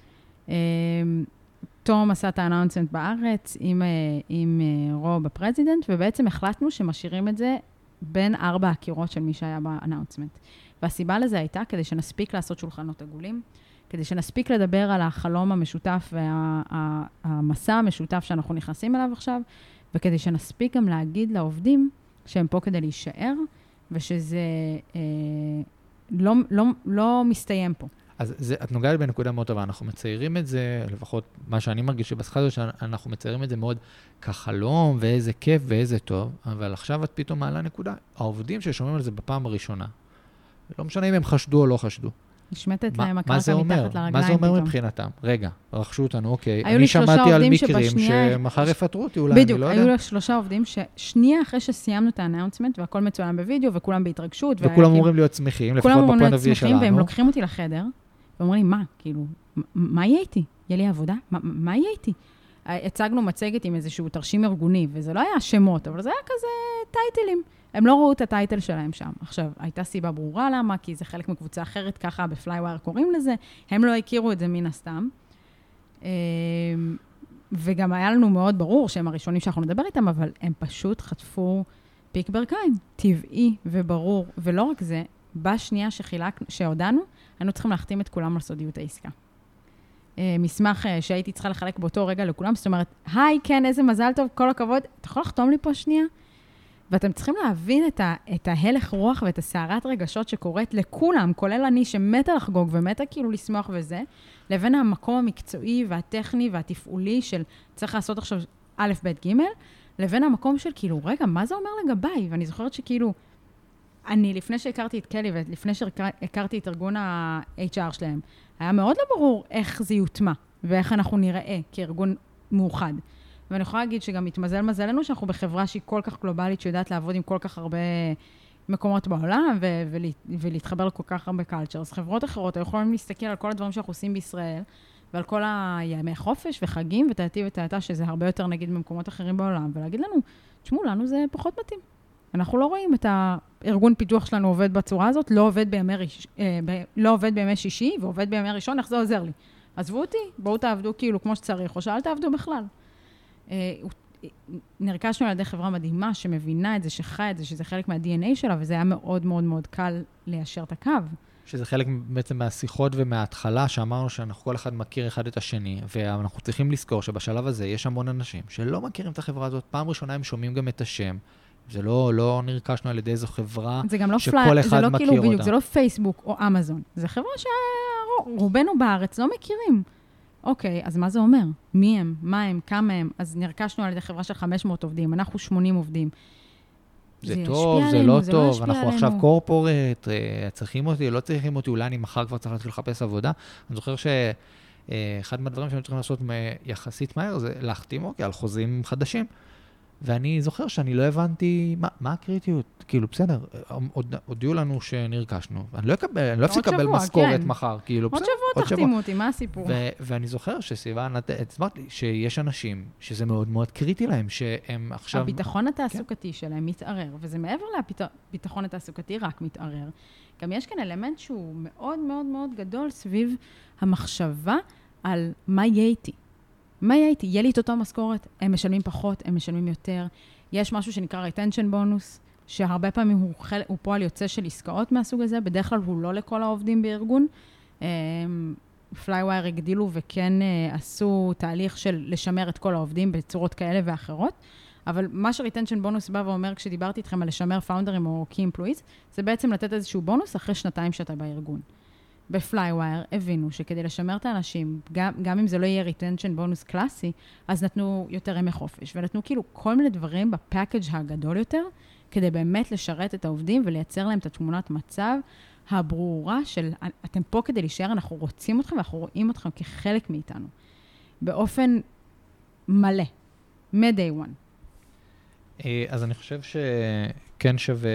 תום עשה את האנאונסמנט בארץ עם, עם רוב הפרזידנט, ובעצם החלטנו שמשאירים את זה בין ארבע הקירות של מי שהיה באנאונסמנט. והסיבה לזה הייתה כדי שנספיק לעשות שולחנות עגולים, כדי שנספיק לדבר על החלום המשותף והמסע המשותף שאנחנו נכנסים אליו עכשיו, וכדי שנספיק גם להגיד לעובדים שהם פה כדי להישאר, ושזה אה, לא, לא, לא מסתיים פה. אז זה, את נוגעת בנקודה מאוד טובה, אנחנו מציירים את זה, לפחות מה שאני מרגיש שבשיחה הזאת, שאנחנו מציירים את זה מאוד כחלום, ואיזה כיף ואיזה טוב, אבל עכשיו את פתאום מעלה נקודה. העובדים ששומעים על זה בפעם הראשונה, לא משנה אם הם חשדו או לא חשדו. נשמטת להם הקרקע מתחת לרגליים. מה זה אומר מבחינתם? רגע, רכשו אותנו, אוקיי. אני שמעתי על מקרים שמחר יפטרו אותי, אולי אני לא יודע. בדיוק, היו שלושה עובדים ששנייה אחרי שסיימנו את האנאונסמנט, והכל מצולם בווידאו, וכולם בהתרגשות. וכולם אומרים להיות שמחים, לפחות בפוינט אוף ויו שלנו. והם לוקחים אותי לחדר, ואומרים לי, מה? כאילו, מה יהיה איתי? יהיה לי עבודה? מה יהיה איתי? הצגנו מצגת עם איזשהו תרשים ארגוני, וזה לא היה שמות, אבל זה היה כזה טייטלים. הם לא ראו את הטייטל שלהם שם. עכשיו, הייתה סיבה ברורה למה, כי זה חלק מקבוצה אחרת, ככה בפלייווייר קוראים לזה, הם לא הכירו את זה מן הסתם. וגם היה לנו מאוד ברור שהם הראשונים שאנחנו נדבר איתם, אבל הם פשוט חטפו פיק ברכיים, טבעי וברור, ולא רק זה, בשנייה שחילק, שהודענו, היינו צריכים להחתים את כולם על סודיות העסקה. מסמך שהייתי צריכה לחלק באותו רגע לכולם, זאת אומרת, היי, כן, איזה מזל טוב, כל הכבוד, אתה יכול לחתום לי פה שנייה? ואתם צריכים להבין את, ה, את ההלך רוח ואת הסערת רגשות שקורית לכולם, כולל אני שמתה לחגוג ומתה כאילו לשמוח וזה, לבין המקום המקצועי והטכני והתפעולי של צריך לעשות עכשיו א', ב', ג', לבין המקום של כאילו, רגע, מה זה אומר לגביי? ואני זוכרת שכאילו, אני לפני שהכרתי את קלי ולפני שהכרתי את ארגון ה-אייץ' אר שלהם, היה מאוד לא ברור איך זה יוטמע ואיך אנחנו נראה כארגון מאוחד. ואני יכולה להגיד שגם מתמזל מזלנו שאנחנו בחברה שהיא כל כך גלובלית, שיודעת לעבוד עם כל כך הרבה מקומות בעולם, ו- ולה- ולהתחבר לכל כך הרבה קלצ'ר. אז חברות אחרות, היו יכולים להסתכל על כל הדברים שאנחנו עושים בישראל, ועל כל הימי חופש וחגים, ותעתי ותעתה, שזה הרבה יותר נגיד במקומות אחרים בעולם, ולהגיד לנו, תשמעו, לנו זה פחות מתאים. אנחנו לא רואים את הארגון פיתוח שלנו עובד בצורה הזאת, לא עובד בימי, ריש... לא עובד בימי שישי ועובד בימי ראשון, איך זה עוזר לי? עזבו אותי, בואו תעבדו כאילו כמו שצריך, או שאל תעבדו בכלל. נרכשנו על ידי חברה מדהימה שמבינה את זה, שחי את זה, שזה חלק מה-די אן איי שלה, וזה היה מאוד מאוד מאוד קל ליישר את הקו. שזה חלק בעצם מהשיחות ומההתחלה, שאמרנו שאנחנו כל אחד מכיר אחד את השני, ואנחנו צריכים לזכור שבשלב הזה יש המון אנשים שלא מכירים את החברה הזאת, פעם ראשונה הם שומעים גם את השם, זה לא, לא נרכשנו על ידי איזו חברה זה גם לא שכל פלי, אחד זה לא מכיר כאילו אותה. בדיוק, זה לא פייסבוק או אמזון, זה חברה שרובנו בארץ לא מכירים. אוקיי, אז מה זה אומר? מי הם? מה הם? כמה הם? אז נרכשנו על ידי חברה של חמש מאות עובדים, אנחנו שמונים עובדים. זה, זה טוב, זה עלינו, לא זה טוב, לא אנחנו עלינו. עכשיו קורפורט, צריכים אותי, לא צריכים אותי, אולי אני מחר כבר צריך להתחיל לחפש עבודה. אני זוכר שאחד מהדברים שהם צריכים לעשות יחסית מהר, זה להחתים אוקיי, על חוזים חדשים. ואני זוכר שאני לא הבנתי, מה, מה הקריטיות? כאילו, בסדר, עוד, הודיעו לנו שנרכשנו. אני לא אקבל, אני לא אפסיק לקבל משכורת כן. מחר, כאילו, עוד בסדר. שבוע תחתימו אותי, מה הסיפור? ו- ואני זוכר שסיוון, הסברת לי שיש אנשים שזה מאוד מאוד קריטי להם, שהם עכשיו... הביטחון התעסוקתי כן. שלהם מתערער, וזה מעבר לביטחון התעסוקתי רק מתערער. גם יש כאן אלמנט שהוא מאוד מאוד מאוד גדול סביב המחשבה על מה יהיה איתי. מה יהיה איתי? יהיה לי את אותו משכורת, הם משלמים פחות, הם משלמים יותר. יש משהו שנקרא retention bonus, שהרבה פעמים הוא, חל... הוא פועל יוצא של עסקאות מהסוג הזה, בדרך כלל הוא לא לכל העובדים בארגון. פלייווייר הגדילו וכן עשו תהליך של לשמר את כל העובדים בצורות כאלה ואחרות, אבל מה ש-retention bonus בא ואומר, כשדיברתי איתכם על לשמר פאונדרים או key employees, זה בעצם לתת איזשהו בונוס אחרי שנתיים שאתה בארגון. בפלייווייר הבינו שכדי לשמר את האנשים, גם, גם אם זה לא יהיה retention בונוס קלאסי, אז נתנו יותר ימי חופש, ונתנו כאילו כל מיני דברים בפאקג' הגדול יותר, כדי באמת לשרת את העובדים ולייצר להם את התמונת מצב הברורה של, אתם פה כדי להישאר, אנחנו רוצים אתכם ואנחנו רואים אתכם כחלק מאיתנו. באופן מלא, מ-day one. אז אני חושב שכן שווה...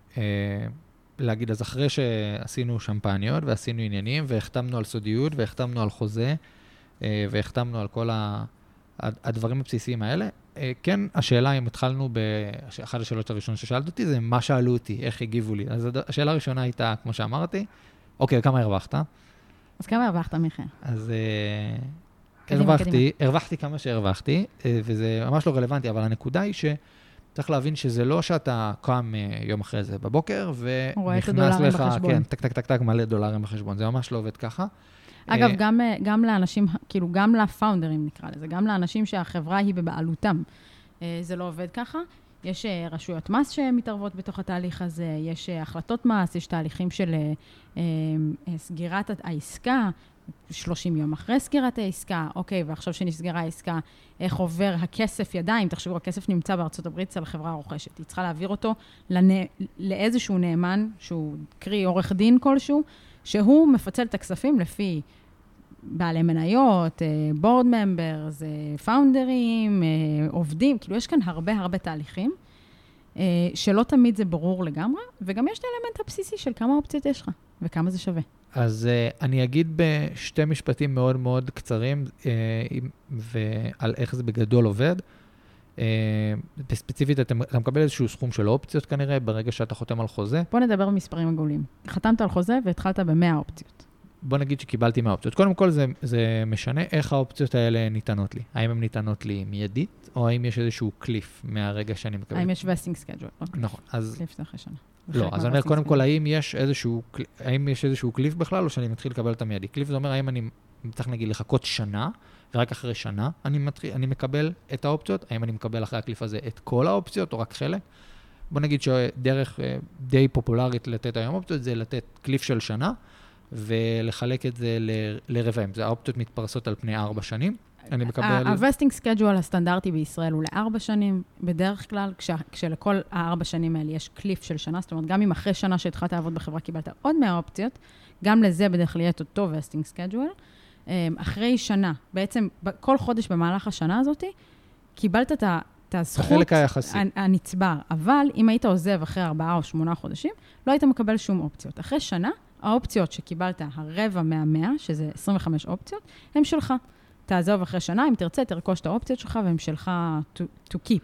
להגיד, אז אחרי שעשינו שמפניות ועשינו עניינים והחתמנו על סודיות והחתמנו על חוזה והחתמנו על כל הדברים הבסיסיים האלה, כן, השאלה אם התחלנו, אחת השאלות הראשונות ששאלת אותי זה מה שאלו אותי, איך הגיבו לי. אז השאלה הראשונה הייתה, כמו שאמרתי, אוקיי, כמה הרווחת? אז כמה הרווחת, מיכאל? אז הרווחתי, הרווחתי כמה שהרווחתי, וזה ממש לא רלוונטי, אבל הנקודה היא ש... צריך להבין שזה לא שאתה קם יום אחרי זה בבוקר, ונכנס לך, כן, טק, טק, טק, טק, מלא דולרים בחשבון. זה ממש לא עובד ככה. אגב, גם, גם לאנשים, כאילו, גם לפאונדרים נקרא לזה, גם לאנשים שהחברה היא בבעלותם. זה לא עובד ככה. יש רשויות מס שמתערבות בתוך התהליך הזה, יש החלטות מס, יש תהליכים של סגירת העסקה, שלושים יום אחרי סגירת העסקה, אוקיי, ועכשיו שנסגרה העסקה, איך עובר הכסף ידיים, תחשבו, הכסף נמצא בארצות הברית אצל החברה הרוכשת, היא צריכה להעביר אותו לנ... לאיזשהו נאמן, שהוא קרי עורך דין כלשהו, שהוא מפצל את הכספים לפי בעלי מניות, בורד ממברס, פאונדרים, עובדים, כאילו יש כאן הרבה הרבה תהליכים, שלא תמיד זה ברור לגמרי, וגם יש את האלמנט הבסיסי של כמה אופציות יש לך, וכמה זה שווה. אז uh, אני אגיד בשתי משפטים מאוד מאוד קצרים, uh, ועל איך זה בגדול עובד. Uh, בספציפית, אתה, אתה מקבל איזשהו סכום של אופציות כנראה, ברגע שאתה חותם על חוזה. בוא נדבר במספרים עגולים. חתמת על חוזה והתחלת ב-מאה אופציות. בוא נגיד שקיבלתי מאה אופציות. קודם כל, זה, זה משנה איך האופציות האלה ניתנות לי. האם הן ניתנות לי מיידית, או האם יש איזשהו קליף מהרגע שאני מקבל. האם יש vesting schedule. נכון. אז... קליף זה אחרי שנה. לא, אז אני אומר, קודם כל, האם יש איזשהו, האם יש איזשהו קליף בכלל, או שאני מתחיל לקבל את המיידי? קליף זה אומר, האם אני צריך נגיד לחכות שנה, ורק אחרי שנה אני, מתחיל, אני מקבל את האופציות, האם אני מקבל אחרי הקליף הזה את כל האופציות, או רק חלק? בוא נגיד שדרך די פופולרית לתת היום אופציות, זה לתת קליף של שנה, ולחלק את זה לרבעים. זה האופציות מתפרסות על פני ארבע שנים. אני מקבל... ה-vesting schedule הסטנדרטי בישראל הוא לארבע שנים, בדרך כלל, כש, כשלכל הארבע שנים האלה יש קליף של שנה, זאת אומרת, גם אם אחרי שנה שהתחלת לעבוד בחברה קיבלת עוד מאה אופציות, גם לזה בדרך כלל יהיה את אותו vesting schedule. אחרי שנה, בעצם כל חודש במהלך השנה הזאת, קיבלת את ה... את הזכות החלק היחסי. הנצבר, אבל אם היית עוזב אחרי ארבעה או שמונה חודשים, לא היית מקבל שום אופציות. אחרי שנה, האופציות שקיבלת הרבע מהמאה, שזה עשרים וחמש אופציות, הם שלך. תעזוב אחרי שנה, אם תרצה, תרכוש את האופציות שלך, והם שלך to, to keep.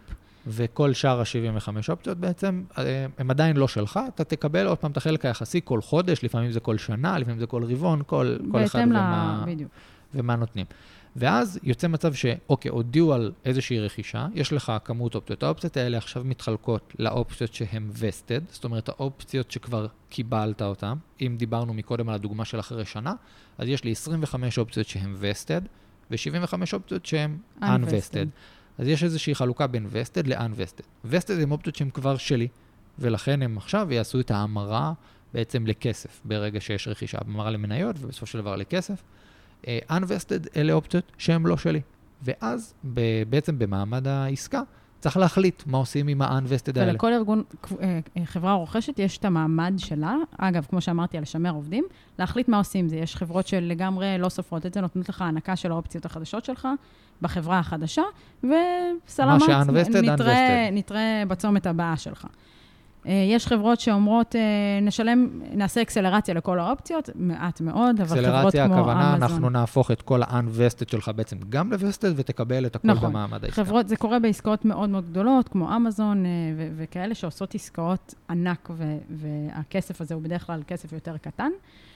וכל שאר ה-שבעים וחמש אופציות בעצם, הם עדיין לא שלך, אתה תקבל עוד פעם את החלק היחסי כל חודש, לפעמים זה כל שנה, לפעמים זה כל רבעון, כל, כל אחד ומה, בדיוק. ומה נותנים. ואז יוצא מצב שאוקיי, הודיעו על איזושהי רכישה, יש לך כמות אופציות, האופציות האלה עכשיו מתחלקות לאופציות שהן vested, זאת אומרת, האופציות שכבר קיבלת אותן, אם דיברנו מקודם על הדוגמה של אחרי שנה, אז יש לי עשרים וחמש אופציות שהן vested, ו-שבעים וחמש אופציות שהן unvested. אז יש איזושהי חלוקה בין vested ל-unvested. vested הן אופציות שהן כבר שלי, ולכן הם עכשיו יעשו את ההמרה בעצם לכסף, ברגע שיש רכישה, המרה למניות ובסופו של דבר לכסף. Unvested אלה אופציות שהן לא שלי. ואז בעצם במעמד העסקה צריך להחליט מה עושים עם ה-Unvested האלה. ולכל ארגון, חברה רוכשת, יש את המעמד שלה, אגב, כמו שאמרתי, על לשמר עובדים, להחליט מה עושים זה. יש חברות שלגמרי לא סופרות את זה, נותנות לך הענקה של האופציות החדשות שלך בחברה החדשה, וסלמת, נתראה, נתראה בצומת הבאה שלך. יש חברות שאומרות, נשלם, נעשה אקסלרציה לכל האופציות, מעט מאוד, אבל חברות כמו אמזון. אקסלרציה, הכוונה, אנחנו נהפוך את כל ה-unvested שלך בעצם גם ל-vested, ותקבל את הכל נכון. במעמד העסקה. חברות, זה קורה בעסקאות מאוד מאוד גדולות, כמו אמזון, ו- וכאלה שעושות עסקאות ענק, ו- והכסף הזה הוא בדרך כלל כסף יותר קטן.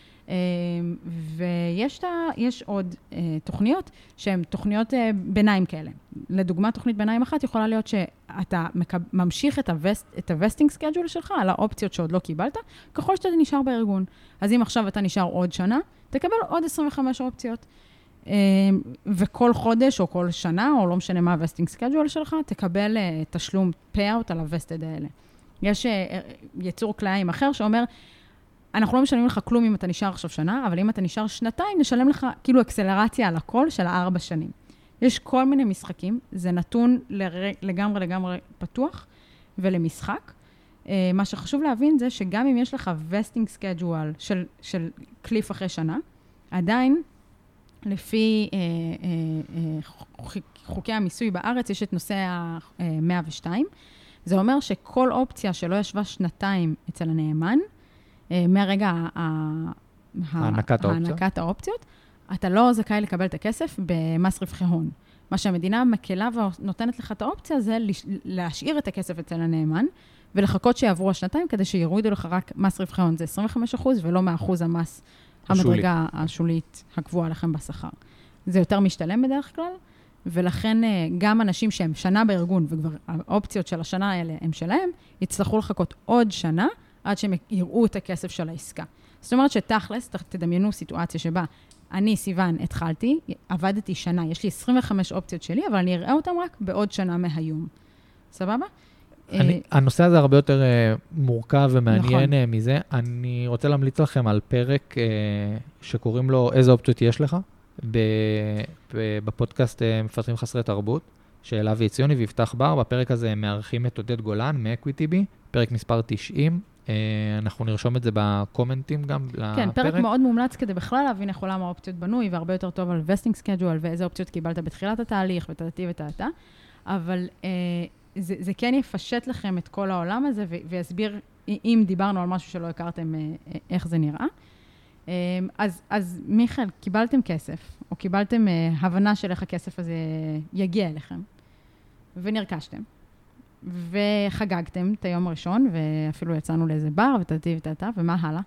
ויש יש עוד תוכניות שהן תוכניות ביניים כאלה. לדוגמה, תוכנית ביניים אחת יכולה להיות שאתה ממשיך את ה-vesting schedule שלך על האופציות שעוד לא קיבלת, ככל שאתה נשאר בארגון. אז אם עכשיו אתה נשאר עוד שנה, תקבל עוד עשרים וחמש אופציות. וכל חודש או כל שנה, או לא משנה מה ה-vesting schedule שלך, תקבל תשלום payout על ה-vested האלה. יש יצור כלאיים אחר שאומר, אנחנו לא משלמים לך כלום אם אתה נשאר עכשיו שנה, אבל אם אתה נשאר שנתיים, נשלם לך כאילו אקסלרציה על הכל של הארבע שנים. יש כל מיני משחקים, זה נתון לגמרי לגמרי פתוח ולמשחק. מה שחשוב להבין זה שגם אם יש לך vesting schedule של, של קליף אחרי שנה, עדיין לפי אה, אה, אה, חוקי המיסוי בארץ יש את נושא ה-מאה ושתיים. זה אומר שכל אופציה שלא ישבה שנתיים אצל הנאמן, מהרגע הענקת האופציות, אתה לא זכאי לקבל את הכסף במס רווחי הון. מה שהמדינה מקלה ונותנת לך את האופציה זה להשאיר את הכסף אצל הנאמן, ולחכות שיעברו השנתיים כדי שיורידו לך רק מס רווחי הון. זה עשרים וחמישה אחוז ולא מאחוז המס המדרגה השולית הקבועה לכם בשכר. זה יותר משתלם בדרך כלל, ולכן גם אנשים שהם שנה בארגון, וכבר האופציות של השנה האלה הם שלהם, יצטרכו לחכות עוד שנה, עד שהם יראו את הכסף של העסקה. זאת אומרת שתכלס, תדמיינו סיטואציה שבה אני, סיוון, התחלתי, עבדתי שנה, יש לי עשרים וחמש אופציות שלי, אבל אני אראה אותם רק בעוד שנה מהיום. סבבה? אני, הנושא הזה הרבה יותר uh, מורכב ומעניין נכון. מזה. אני רוצה להמליץ לכם על פרק uh, שקוראים לו איזה אופציות יש לך, בפודקאסט uh, מפתחים חסרי תרבות, של אבי עציוני ויפתח בר. בפרק הזה הם מארחים את עודד גולן מ-Equity-B, פרק מספר תשעים. אנחנו נרשום את זה בקומנטים גם לפרק. כן, פרק מאוד מומלץ כדי בכלל להבין איך עולם האופציות בנוי, והרבה יותר טוב על vesting schedule, ואיזה אופציות קיבלת בתחילת התהליך, ותתי ותתה. אבל אה, זה, זה כן יפשט לכם את כל העולם הזה, ו- ויסביר, אם דיברנו על משהו שלא הכרתם, אה, איך זה נראה. אה, אז, אז מיכאל, קיבלתם כסף, או קיבלתם אה, הבנה של איך הכסף הזה יגיע אליכם, ונרכשתם. וחגגתם את היום הראשון, ואפילו יצאנו לאיזה בר, ותתי ותתה, ומה הלאה?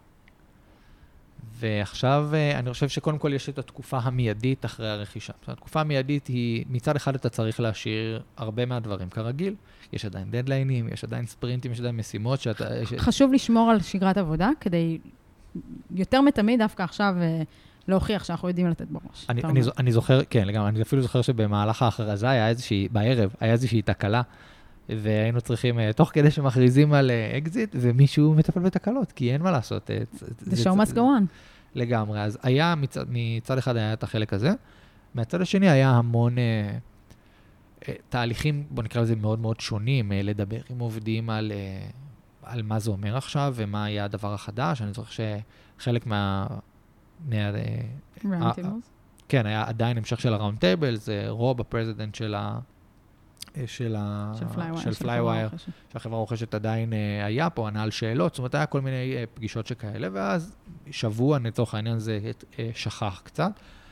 ועכשיו אני חושב שקודם כל יש את התקופה המיידית אחרי הרכישה. התקופה המיידית היא, מצד אחד אתה צריך להשאיר הרבה מהדברים כרגיל, יש עדיין דדליינים, יש עדיין ספרינטים, יש עדיין משימות שאתה... חשוב לשמור על שגרת עבודה, כדי יותר מתמיד דווקא עכשיו להוכיח שאנחנו יודעים לתת בראש. אני, אני, אני זוכר, כן, לגמרי, אני אפילו זוכר שבמהלך ההכרזה היה איזושהי, בערב, היה איזושהי תקלה, והיינו צריכים, תוך כדי שמכריזים על אקזיט, ומישהו מטפל בתקלות, כי אין מה לעשות. The show must go on. לגמרי. אז היה, מצד, מצד אחד היה את החלק הזה, מהצד השני היה המון אה, אה, תהליכים, בוא נקרא לזה מאוד מאוד שונים, אה, לדבר עם עובדים על, אה, על מה זה אומר עכשיו, ומה היה הדבר החדש. אני זוכר שחלק מה... מה ראונד טייבלס? כן, היה עדיין המשך של הראונד טייבלס, רוב הפרזידנט של ה... של פלייווייר, שהחברה רוכשת עדיין היה פה, ענה על שאלות, זאת אומרת, היה כל מיני פגישות שכאלה, ואז שבוע, נצורך העניין זה שכח קצת,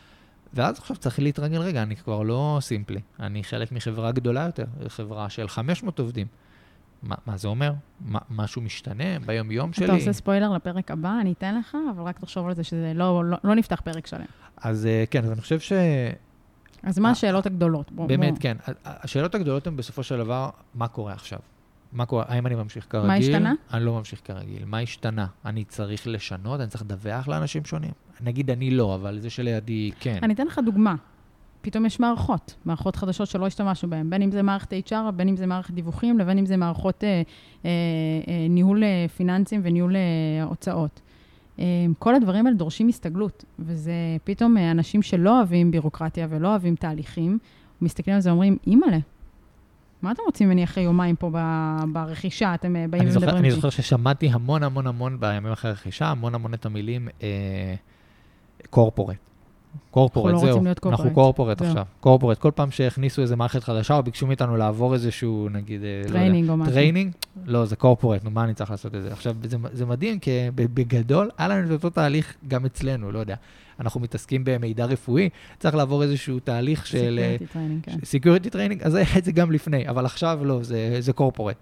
ואז עכשיו צריך להתרגל, רגע, אני כבר לא סימפלי, אני חלק מחברה גדולה יותר, חברה של חמש מאות עובדים. מה, מה זה אומר? מה, משהו משתנה ביום יום שלי? אתה עושה ספוילר לפרק הבא, אני אתן לך, אבל רק תחשוב על זה שזה לא, לא, לא נפתח פרק שלם. אז כן, אז אני חושב ש... אז מה השאלות הגדולות? בוא, באמת, בוא. כן. השאלות הגדולות הן בסופו של דבר, מה קורה עכשיו? מה קורה? האם אני ממשיך כרגיל? מה השתנה? אני לא ממשיך כרגיל. מה השתנה? אני צריך לשנות? אני צריך לדווח לאנשים שונים? נגיד אני לא, אבל זה שלידי כן. אני אתן לך דוגמה. פתאום יש מערכות, מערכות חדשות שלא השתמשנו בהן, בין אם זה מערכת אייץ' אר, בין אם זה מערכת דיווחים, לבין אם זה מערכות אה, אה, אה, ניהול אה, פיננסים וניהול אה, הוצאות. אה, כל הדברים האלה דורשים הסתגלות, וזה פתאום אה, אנשים שלא אוהבים בירוקרטיה ולא אוהבים תהליכים, מסתכלים על זה ואומרים, אימא'לה, מה אתם רוצים ממני אחרי יומיים פה ב- ברכישה? אתם אה, באים ומדברים אני איתי. זוכר ששמעתי המון המון המון בימים אחרי הרכישה, המון המון את המילים קורפורט. קורפורט, אנחנו לא זהו. רוצים להיות קורפורט. אנחנו קורפורט זהו. עכשיו. קורפורט, כל פעם שהכניסו איזו מערכת חדשה, או ביקשו מאיתנו לעבור איזשהו, נגיד, טריינינג או משהו. טריינינג, לא, זה קורפורט, נו, מה אני צריך לעשות את זה? עכשיו, זה, זה מדהים, כי בגדול, היה לנו את אותו תהליך גם אצלנו, לא יודע. אנחנו מתעסקים במידע רפואי, צריך לעבור איזשהו תהליך של... Security training, כן. Security training, אז היה את זה גם לפני, אבל עכשיו לא, זה, זה קורפורט.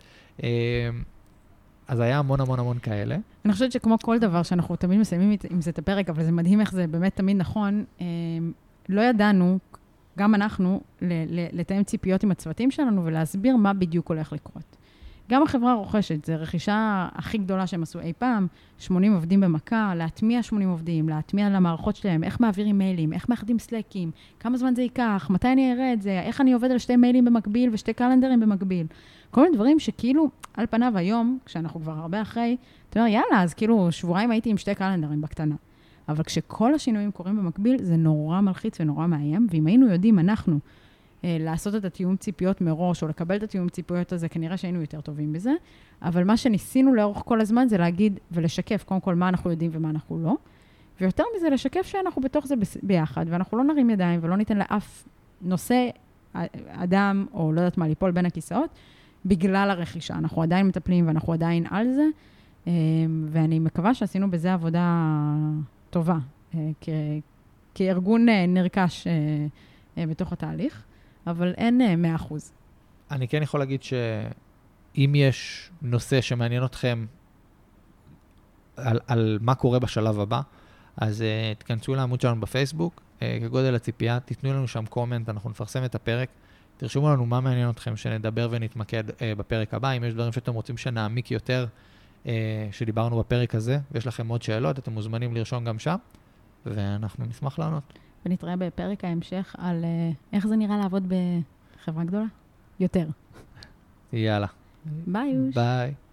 אז היה המון המון המון כאלה. אני חושבת שכמו כל דבר שאנחנו תמיד מסיימים עם זה את הפרק, אבל זה מדהים איך זה באמת תמיד נכון, לא ידענו, גם אנחנו, לתאם ציפיות עם הצוותים שלנו ולהסביר מה בדיוק הולך לקרות. גם החברה הרוכשת, זו רכישה הכי גדולה שהם עשו אי פעם, שמונים עובדים במכה, להטמיע שמונים עובדים, להטמיע למערכות שלהם, איך מעבירים מיילים, איך מאחדים סלקים, כמה זמן זה ייקח, מתי אני אראה את זה, איך אני עובד על שתי מיילים במקביל ושתי קלנדרים במקביל. כל מיני דברים שכאילו, על פניו היום, כשאנחנו כבר הרבה אחרי, אתה אומר, יאללה, אז כאילו שבועיים הייתי עם שתי קלנדרים בקטנה. אבל כשכל השינויים קורים במקביל, זה נורא מלחיץ ונורא מאיים, ואם היינו יודעים, אנחנו, לעשות את התיאום ציפיות מראש, או לקבל את התיאום ציפיות הזה, כנראה שהיינו יותר טובים בזה. אבל מה שניסינו לאורך כל הזמן, זה להגיד ולשקף, קודם כל, מה אנחנו יודעים ומה אנחנו לא. ויותר מזה, לשקף שאנחנו בתוך זה ביחד, ואנחנו לא נרים ידיים, ולא ניתן לאף נושא, אדם, או לא יודעת מה, ליפול בין הכיסאות, בגלל הרכישה. אנחנו עדיין מטפלים, ואנחנו עדיין על זה, ואני מקווה שעשינו בזה עבודה טובה, כ- כארגון נרכש בתוך התהליך. אבל אין מאה אחוז. אני כן יכול להגיד שאם יש נושא שמעניין אתכם על, על מה קורה בשלב הבא, אז uh, תכנסו לעמוד שלנו בפייסבוק, uh, כגודל הציפייה, תיתנו לנו שם קומנט, אנחנו נפרסם את הפרק, תרשמו לנו מה מעניין אתכם, שנדבר ונתמקד uh, בפרק הבא, אם יש דברים שאתם רוצים שנעמיק יותר, uh, שדיברנו בפרק הזה, ויש לכם עוד שאלות, אתם מוזמנים לרשום גם שם, ואנחנו נשמח לענות. ונתראה בפרק ההמשך על uh, איך זה נראה לעבוד בחברה גדולה. יותר. יאללה. ביי. ביי.